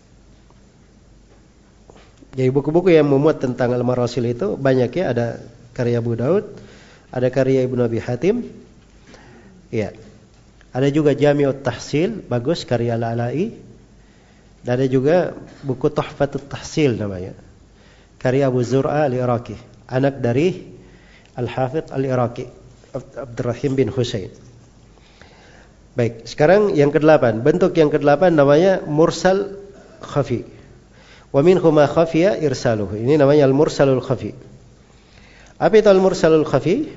Jadi buku-buku yang memuat tentang al-marasil itu banyak ya, ada karya Abu Daud, ada karya Ibnu Abi Hatim. Ya. Ada juga Jami'ut Tahsil, bagus karya Al-Ala'i. Dan ada juga buku Tuhfatut Tahsil namanya. Karya Abu Zur'a Al-Iraqi, anak dari Al-Hafidh Al-Iraqi, Abdurrahim bin Husain. Baik, sekarang yang kedelapan, bentuk yang kedelapan namanya mursal khafi. Wa minhu ma khafiya irsaluhu. Ini namanya al-mursalul khafi. Apa itu al-mursalul khafi?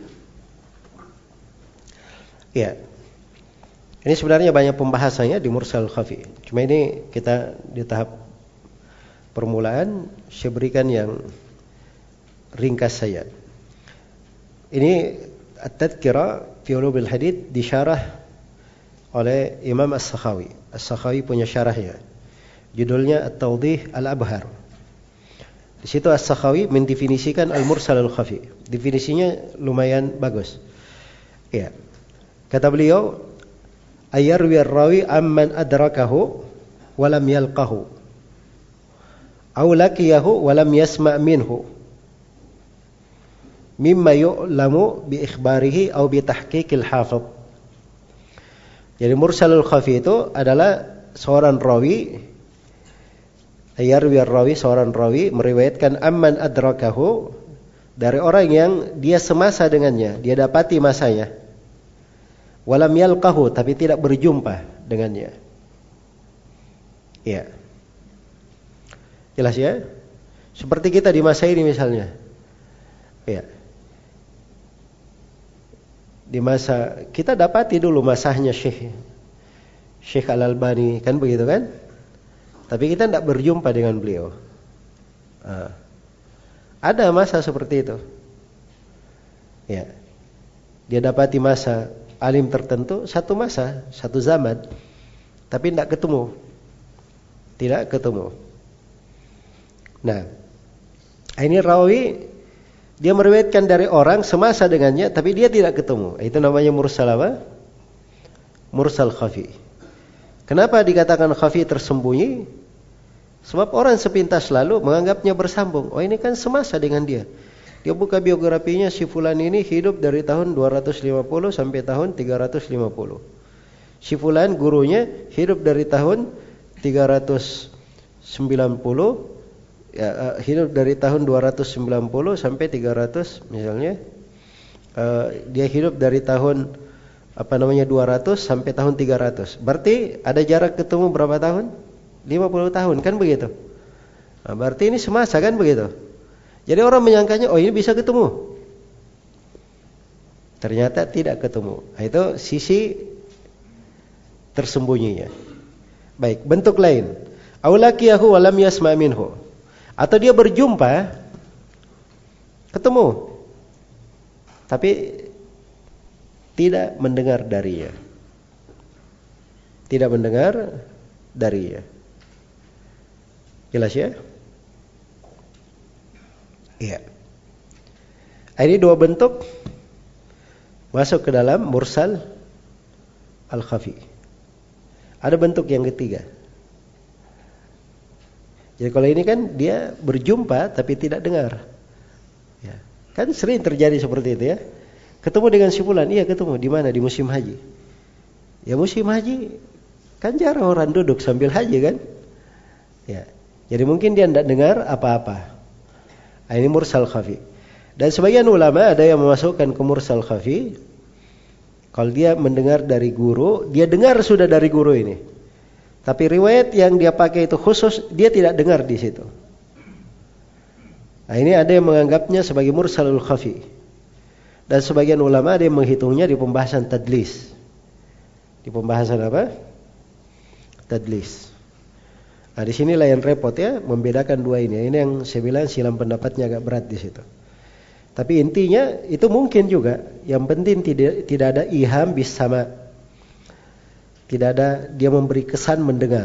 Ya. Ini sebenarnya banyak pembahasannya di mursal khafi. Cuma ini kita di tahap permulaan, saya berikan yang ringkas saja. Ini at-tadhkirah fi ulumil hadits disyarah oleh Imam As-Sakhawi. As-Sakhawi punya syarahnya. Judulnya At-Tawdih Al-Abhar. Di situ As-Sakhawi mendefinisikan al-mursal al-khafi. Definisinya lumayan bagus. Ya. Kata beliau, ayyarwi ar-rawi amman adrakahu wa lam yalqahu aw laqiyahu wa lam yasma' minhu mimma yu'lamu bi ikhbarihi aw bi tahqiqil hafidh. Jadi mursalul khafi itu adalah seorang rawi, ayyarwi ar-rawi, seorang rawi meriwayatkan amman adrakahu, dari orang yang dia semasa dengannya, dia dapati masanya, walam yalqahu, tapi tidak berjumpa dengannya. Ya. Jelas ya? Seperti kita di masa ini misalnya. Ya. Di masa kita dapati dulu masanya Syekh Syekh Al-Albani, kan begitu kan? Tapi kita tidak berjumpa dengan beliau. Nah, ada masa seperti itu. Ya. Dia dapati masa alim tertentu, satu masa, satu zaman, tapi tidak ketemu. Tidak ketemu. Nah, ini rawi dia meriwayatkan dari orang semasa dengannya, tapi dia tidak ketemu. Itu namanya mursal apa? Mursal khafi. Kenapa dikatakan khafi, tersembunyi? Sebab orang sepintas lalu menganggapnya bersambung. Oh, ini kan semasa dengan dia. Dia buka biografinya, si fulan ini hidup dari tahun dua ratus lima puluh sampai tahun tiga ratus lima puluh. Si fulan gurunya hidup dari tahun tiga ratus sembilan puluh, ya, hidup dari tahun dua ratus sembilan puluh sampai tiga ratus misalnya. Uh, dia hidup dari tahun apa namanya dua ratus sampai tahun tiga ratus. Berarti ada jarak ketemu berapa tahun? lima puluh tahun, kan begitu? Nah, berarti ini semasa, kan begitu? Jadi orang menyangkanya, oh ini bisa ketemu. Ternyata tidak ketemu. Nah, itu sisi tersembunyinya. Baik, bentuk lain. Aulakiyahu walam yasma' minhu. Atau dia berjumpa, ketemu, tapi tidak mendengar darinya. Tidak mendengar darinya. Jelas ya? Iya. Ini dua bentuk masuk ke dalam mursal al-khafi. Ada bentuk yang ketiga. Jadi kalau ini kan dia berjumpa tapi tidak dengar. Ya. Kan sering terjadi seperti itu ya. Ketemu dengan si fulan, iya ketemu di mana? Di musim haji. Ya musim haji kan jarang orang duduk sambil haji kan? Ya. Jadi mungkin dia tidak dengar apa-apa. Nah, ini mursal khafi. Dan sebagian ulama ada yang memasukkan ke mursal khafi, kalau dia mendengar dari guru, dia dengar sudah dari guru ini. Tapi riwayat yang dia pakai itu khusus, dia tidak dengar di situ. Nah, ini ada yang menganggapnya sebagai mursalul khafi. Dan sebagian ulama ada yang menghitungnya di pembahasan tadlis. Di pembahasan apa? Tadlis. Nah, di sinilah yang repot ya, membedakan dua ini. Ini yang saya bilang silam pendapatnya agak berat di situ. Tapi intinya itu mungkin juga. Yang penting tidak tidak ada iham bis sama. Tidak ada dia memberi kesan mendengar.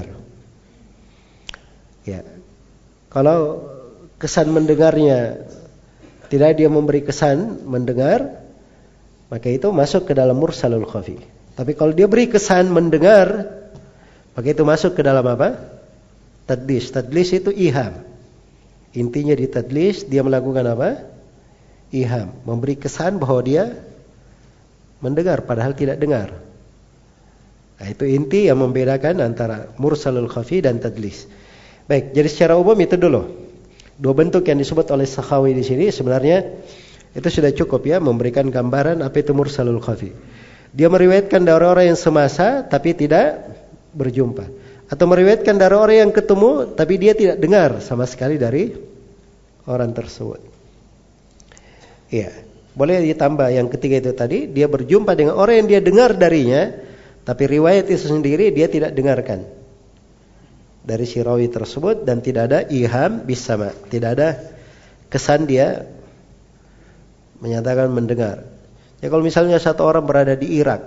Ya. Kalau kesan mendengarnya tidak dia memberi kesan mendengar, maka itu masuk ke dalam mursalul khafi. Tapi kalau dia beri kesan mendengar, maka itu masuk ke dalam apa? Tadlis. Tadlis itu iham. Intinya di tadlis dia melakukan apa? Iham, memberi kesan bahwa dia mendengar padahal tidak dengar. Nah, itu inti yang membedakan antara mursalul khafi dan tadlis. Baik, jadi secara umum itu dulu. Dua bentuk yang disebut oleh Sakhawi di sini sebenarnya itu sudah cukup ya memberikan gambaran apa itu mursalul khafi. Dia meriwayatkan dari orang yang semasa tapi tidak berjumpa. Atau meriwayatkan dari orang yang ketemu tapi dia tidak dengar sama sekali dari orang tersebut. Iya, boleh ditambah yang ketiga itu tadi, dia berjumpa dengan orang yang dia dengar darinya, tapi riwayat itu sendiri dia tidak dengarkan dari si rawi tersebut dan tidak ada iham bis sama, tidak ada kesan dia menyatakan mendengar. Ya kalau misalnya satu orang berada di Irak,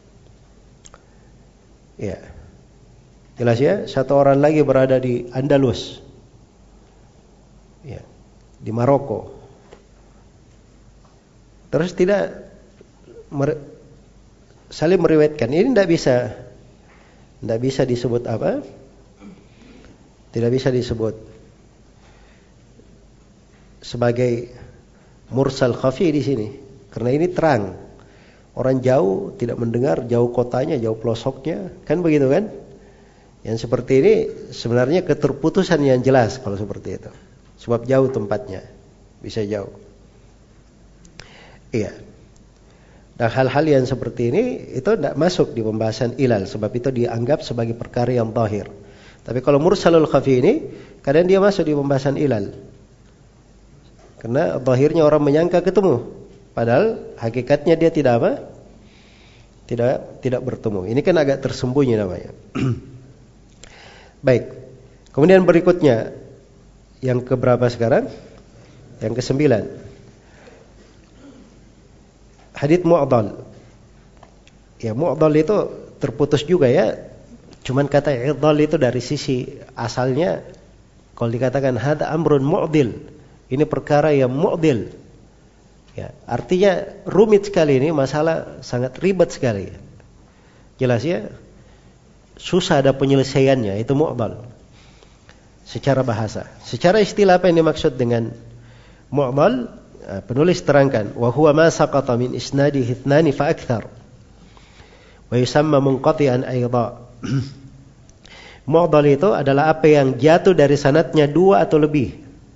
ya. Jelas ya, satu orang lagi berada di Andalus, ya, di Maroko. Terus tidak mer- saling meriwayatkan. Ini tidak bisa, tidak bisa disebut apa? Tidak bisa disebut sebagai mursal khafi di sini, karena ini terang. Orang jauh tidak mendengar, jauh kotanya, jauh pelosoknya, kan begitu kan? Yang seperti ini sebenarnya keterputusan yang jelas kalau seperti itu. Sebab jauh tempatnya. Bisa jauh. Iya. Dan hal-hal yang seperti ini itu tidak masuk di pembahasan ilal. Sebab itu dianggap sebagai perkara yang zahir. Tapi kalau mursalul khafi ini kadang dia masuk di pembahasan ilal. Karena zahirnya orang menyangka ketemu, padahal hakikatnya dia tidak apa? Tidak tidak bertemu. Ini kan agak tersembunyi namanya. Baik. Kemudian berikutnya yang keberapa sekarang? Yang kesembilan. Hadits mu'dhal. Ya, mu'dhal itu terputus juga ya. Cuman kata idhal itu dari sisi asalnya kalau dikatakan hadza amrun mu'dhil, ini perkara yang mu'dhil. Ya, artinya rumit sekali ini, masalah sangat ribet sekali. Jelas ya? Susah ada penyelesaiannya, itu mu'dhal. Secara bahasa. Secara istilah apa yang dimaksud dengan mu'dhal? Penulis terangkan, wa huwa ma saqata min isnadihi ithnani fa akthar. Wa yusamma munqati'an aidha. Mu'dhal itu adalah apa yang jatuh dari sanadnya dua atau lebih.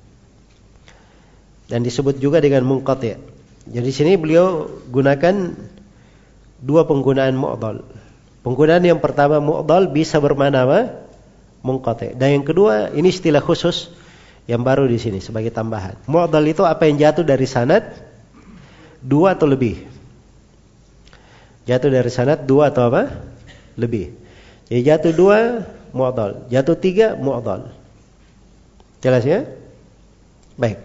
Dan disebut juga dengan munqati'. Jadi sini beliau gunakan dua penggunaan mu'dhal. Penggunaan yang pertama mu'dhal bisa bermakna apa? Munqati'. Dan yang kedua ini istilah khusus yang baru di sini sebagai tambahan. Mu'dhal itu apa yang jatuh dari sanad dua atau lebih. Jatuh dari sanad dua atau apa? Lebih. Jadi jatuh dua mu'dhal, jatuh tiga mu'dhal. Jelas ya? Baik.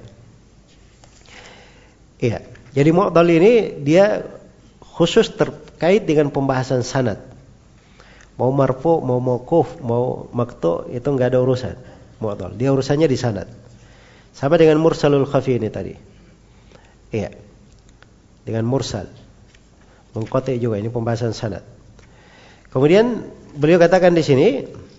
Iya. Jadi mu'dhal ini dia khusus terkait dengan pembahasan sanad. Mau marfu, mau mauquf, mau maqtu itu enggak ada urusan. Mu'dhal. Dia urusannya di sanad. Sama dengan mursalul khafi ini tadi. Iya. Dengan mursal. Munqati juga ini pembahasan sanad. Kemudian beliau katakan di sini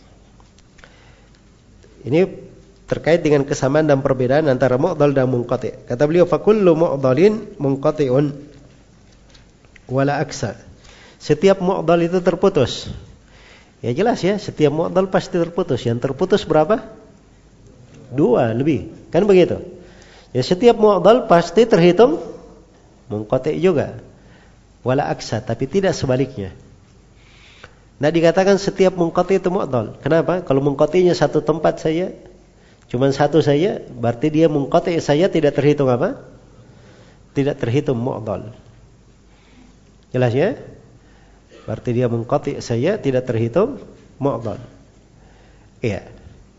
ini terkait dengan kesamaan dan perbedaan antara mu'dhal dan munqati. Kata beliau fa kullu mu'dhalin munqati'un wala aksa. Setiap mu'dhal itu terputus. Ya jelas ya, setiap mu'dhal pasti terputus. Yang terputus berapa? Dua lebih. Kan begitu. Ya setiap mu'dhal pasti terhitung munqati juga. Wala aksa, tapi tidak sebaliknya. Nah dikatakan setiap munqati itu mu'dhal. Kenapa? Kalau munqatinya satu tempat saja, cuma satu saja, berarti dia munqati saja tidak terhitung apa? Tidak terhitung mu'dhal. Jelas ya? Berarti dia munqati saja tidak terhitung mu'dhal. Iya.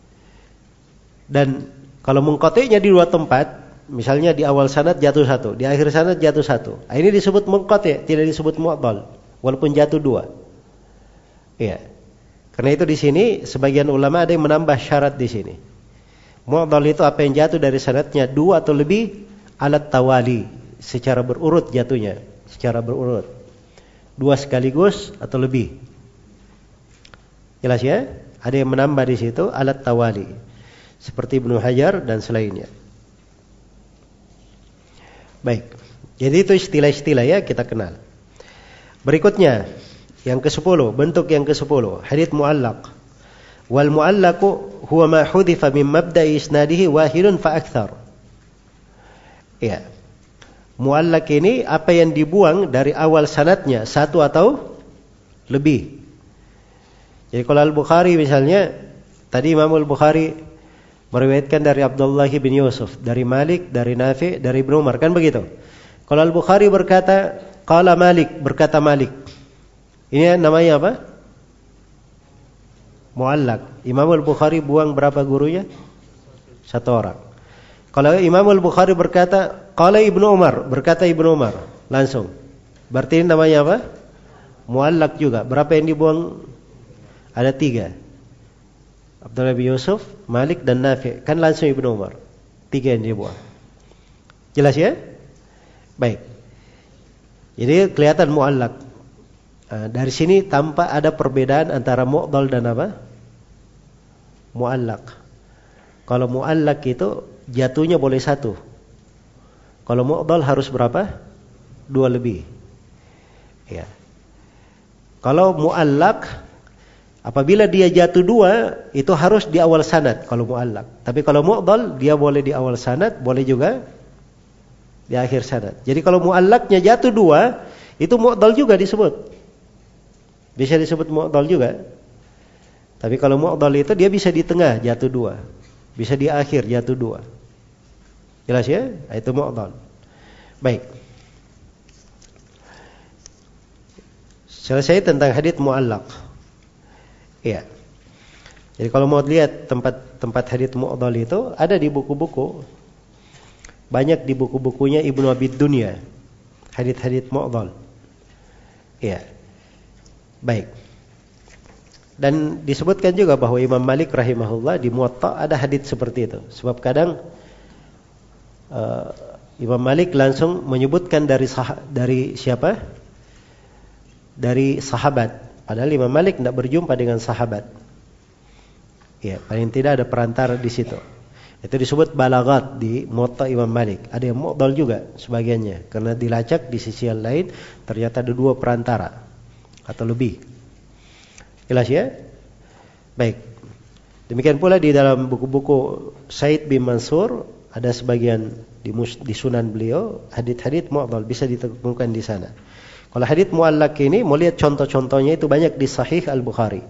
Dan kalau munqati'nya di dua tempat, misalnya di awal sanad jatuh satu, di akhir sanad jatuh satu. Ini disebut munqati', tidak disebut mu'dhal, walaupun jatuh dua. Iya. Karena itu di sini sebagian ulama ada yang menambah syarat di sini. Mu'dhal itu apa yang jatuh dari sanadnya dua atau lebih alat tawali, secara berurut jatuhnya, secara berurut. Dua sekaligus atau lebih. Jelas ya? Ada yang menambah di situ alat tawali. Seperti Ibnu Hajar dan selainnya. Baik. Jadi itu istilah-istilah ya kita kenal. Berikutnya yang kesepuluh, bentuk yang kesepuluh, hadits mu'allaq. Wal mu'allaqu huwa ma hudhifa min mabda'i isnadihi wahidun fa akthar. Ya. Mu'allaq ini apa yang dibuang dari awal sanadnya satu atau lebih. Jadi kalau Al-Bukhari misalnya, tadi Imam Al-Bukhari meriwayatkan dari Abdullah bin Yusuf, dari Malik, dari Nafi, dari Ibnu Umar, kan begitu. Kalau Al-Bukhari berkata, qala Malik, berkata Malik. Ini namanya apa? Mu'allaq. Imam Al-Bukhari buang berapa gurunya? Satu orang. Kalau Imam Al-Bukhari berkata, qala Ibnu Umar, berkata Ibnu Umar, langsung. Berarti ini namanya apa? Mu'allaq juga. Berapa yang dibuang? Ada tiga. Abdullah bin Yusuf, Malik dan Nafi. Kan langsung Ibnu Umar. Tiga yang dia buang. Jelas ya? Baik. Jadi kelihatan mu'allaq. Nah, dari sini tampak ada perbedaan antara mu'dhal dan apa? Mu'allaq. Kalau mu'allaq itu jatuhnya boleh satu. Kalau mu'dhal harus berapa? Dua lebih. Ya. Kalau mu'allaq, apabila dia jatuh dua, itu harus di awal sanad kalau mu'allaq. Tapi kalau mu'dhal, dia boleh di awal sanad, boleh juga di akhir sanad. Jadi kalau mu'allaqnya jatuh dua, itu mu'dhal juga disebut. Bisa disebut mu'dhal juga. Tapi kalau mu'dhal itu dia bisa di tengah jatuh dua, bisa di akhir jatuh dua. Jelas ya? Itu mu'dhal. Baik. Selesai tentang hadits mu'allaq. Iya. Jadi kalau mau lihat tempat-tempat hadits mu'dhal itu ada di buku-buku. Banyak di buku-bukunya Ibnu Abi Dunya. Hadits-hadits mu'dhal. Iya. Baik. Dan disebutkan juga bahwa Imam Malik rahimahullah di Muwatta ada hadits seperti itu. Sebab kadang uh, Imam Malik langsung menyebutkan dari sah- dari siapa? Dari sahabat. Padahal Imam Malik tidak berjumpa dengan sahabat. Ya, paling tidak ada perantara di situ. Itu disebut balaghat di Muwatta Imam Malik. Ada yang mu'dhal juga sebagiannya, karena dilacak di sisi yang lain ternyata ada dua perantara atau lebih. Jelas ya? Baik. Demikian pula di dalam buku-buku Said bin Mansur ada sebagian di, mus, di sunan beliau hadits-hadits mu'dhal bisa ditemukan di sana. Kalau hadits mu'allaq ini mau lihat contoh-contohnya itu banyak di Sahih Al-Bukhari.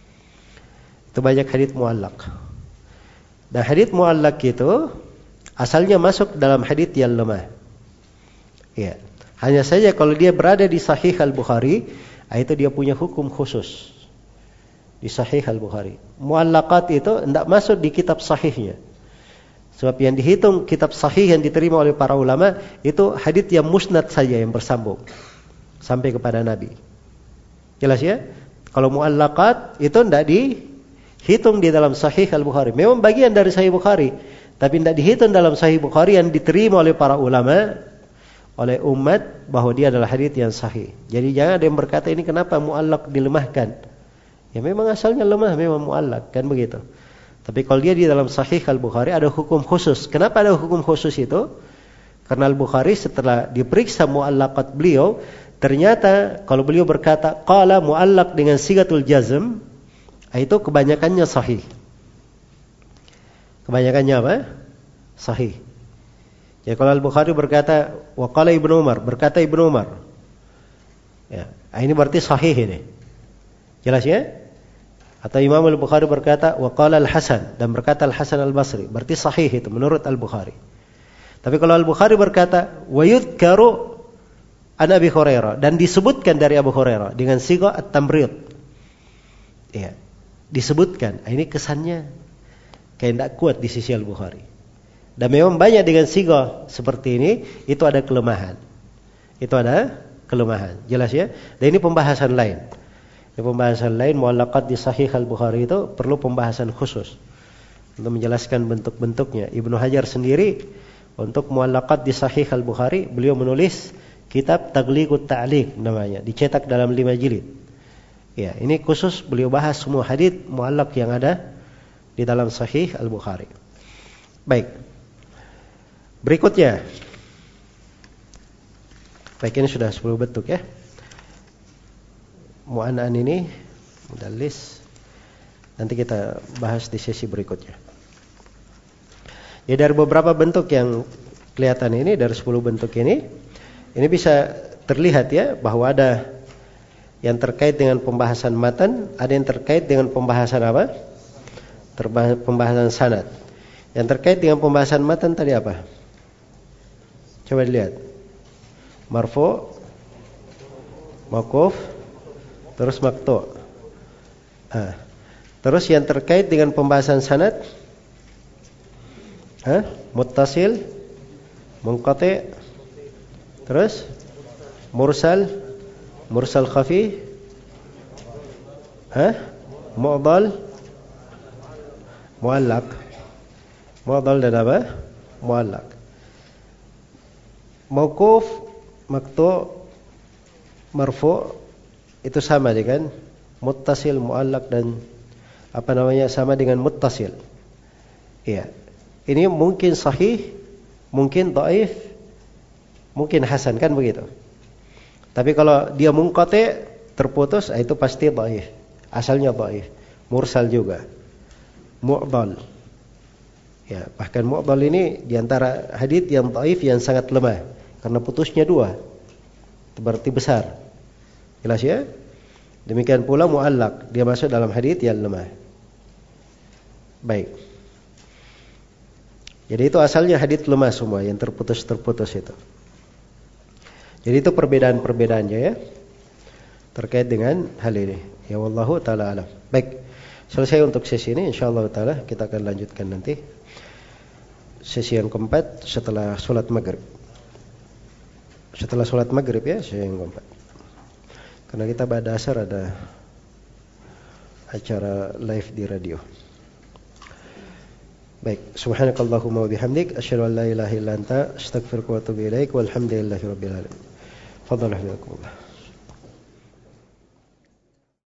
Itu banyak hadits mu'allaq. Dan hadits mu'allaq itu asalnya masuk dalam hadits yang lemah. Ya. Hanya saja kalau dia berada di Sahih Al-Bukhari, itu dia punya hukum khusus. Di Sahih Al-Bukhari. Mu'allaqat itu tidak masuk di kitab sahihnya. Sebab yang dihitung kitab sahih yang diterima oleh para ulama itu hadits yang musnad saja yang bersambung sampai kepada Nabi. Jelas ya? Kalau mu'allaqat itu tidak dihitung di dalam Sahih Al-Bukhari. Memang bagian dari Sahih Bukhari, tapi tidak dihitung dalam Sahih Bukhari yang diterima oleh para ulama, oleh umat, bahwa dia adalah hadits yang sahih. Jadi jangan ada yang berkata ini kenapa mu'allaq dilemahkan. Ya memang asalnya lemah, memang mu'allaq, kan begitu. Tapi kalau dia di dalam Sahih Al-Bukhari ada hukum khusus. Kenapa ada hukum khusus itu? Karena Al-Bukhari setelah diperiksa mu'allaqat beliau, ternyata kalau beliau berkata qala mu'allaq dengan sigatul jazm, itu kebanyakannya sahih. Kebanyakannya apa? Sahih. Ya kalau Al-Bukhari berkata wa qala Ibnu Umar, berkata Ibnu Umar. Ya, ini berarti sahih ini. Jelas ya? Atau Imam Al-Bukhari berkata wa qala Al-Hasan, dan berkata Al-Hasan Al-Basri, berarti sahih itu menurut Al-Bukhari. Tapi kalau Al-Bukhari berkata wa yudhkaru an Abi Hurairah, dan disebutkan dari Abu Hurairah dengan sigha at-tamrid. Ya, disebutkan. Ini kesannya kayak tidak kuat di sisi Al-Bukhari. Dan memang banyak dengan sigha seperti ini itu ada kelemahan. Itu ada kelemahan. Jelas ya? Dan ini pembahasan lain. Di pembahasan lain mu'allaqat di Sahih Al-Bukhari itu perlu pembahasan khusus untuk menjelaskan bentuk-bentuknya. Ibnu Hajar sendiri untuk mu'allaqat di Sahih Al-Bukhari beliau menulis kitab Taghliqut Ta'liq namanya, dicetak dalam lima jilid. Ya, ini khusus beliau bahas semua hadits mu'allaq yang ada di dalam Sahih Al-Bukhari. Baik. Berikutnya. Baik, ini sudah sepuluh bentuk ya. Mu'an'an ini mudallis nanti kita bahas di sesi berikutnya. Ya, dari beberapa bentuk yang kelihatan ini, dari sepuluh bentuk ini, ini bisa terlihat ya bahwa ada yang terkait dengan pembahasan matan, ada yang terkait dengan pembahasan apa? Terbahas, pembahasan sanad. Yang terkait dengan pembahasan matan tadi apa? Coba dilihat. Marfu, mauquf, terus maqtu'. Ah. Terus yang terkait dengan pembahasan sanad, ah, muttasil, munqati', terus mursal, mursal khafi, ah, mu'dhal, mu'allaq. Mu'dhal dan apa? Mu'allaq. Mauquf, maqtu', marfu' itu sama dengan muttasil, mu'allaq, dan apa namanya sama dengan muttasil. Iya. Ini mungkin sahih, mungkin dhaif, mungkin hasan, kan begitu. Tapi kalau dia munqati', terputus, itu pasti dhaif. Asalnya dhaif. Mursal juga. Mu'dhal. Ya, bahkan mu'dhal ini diantara hadits yang dhaif yang sangat lemah karena putusnya dua. Itu berarti besar. Jelas ya? Demikian pula mu'allaq, dia masuk dalam hadits yang lemah. Baik. Jadi itu asalnya hadits lemah semua, yang terputus-terputus itu. Jadi itu perbedaan-perbedaannya ya, terkait dengan hal ini. Ya wallahu ta'ala alam. Baik, selesai untuk sesi ini. InsyaAllah ta'ala kita akan lanjutkan nanti sesi yang keempat setelah sholat maghrib. Setelah sholat maghrib ya, sesi yang keempat. Karena kita pada asar ada acara live di radio. Baik, subhanakallahumma wa bihamdik asyhadu an la ilaha illa anta astaghfiruka wa atubu ilaik walhamdulillahi rabbil alamin. Fadhlan hafizakumullah.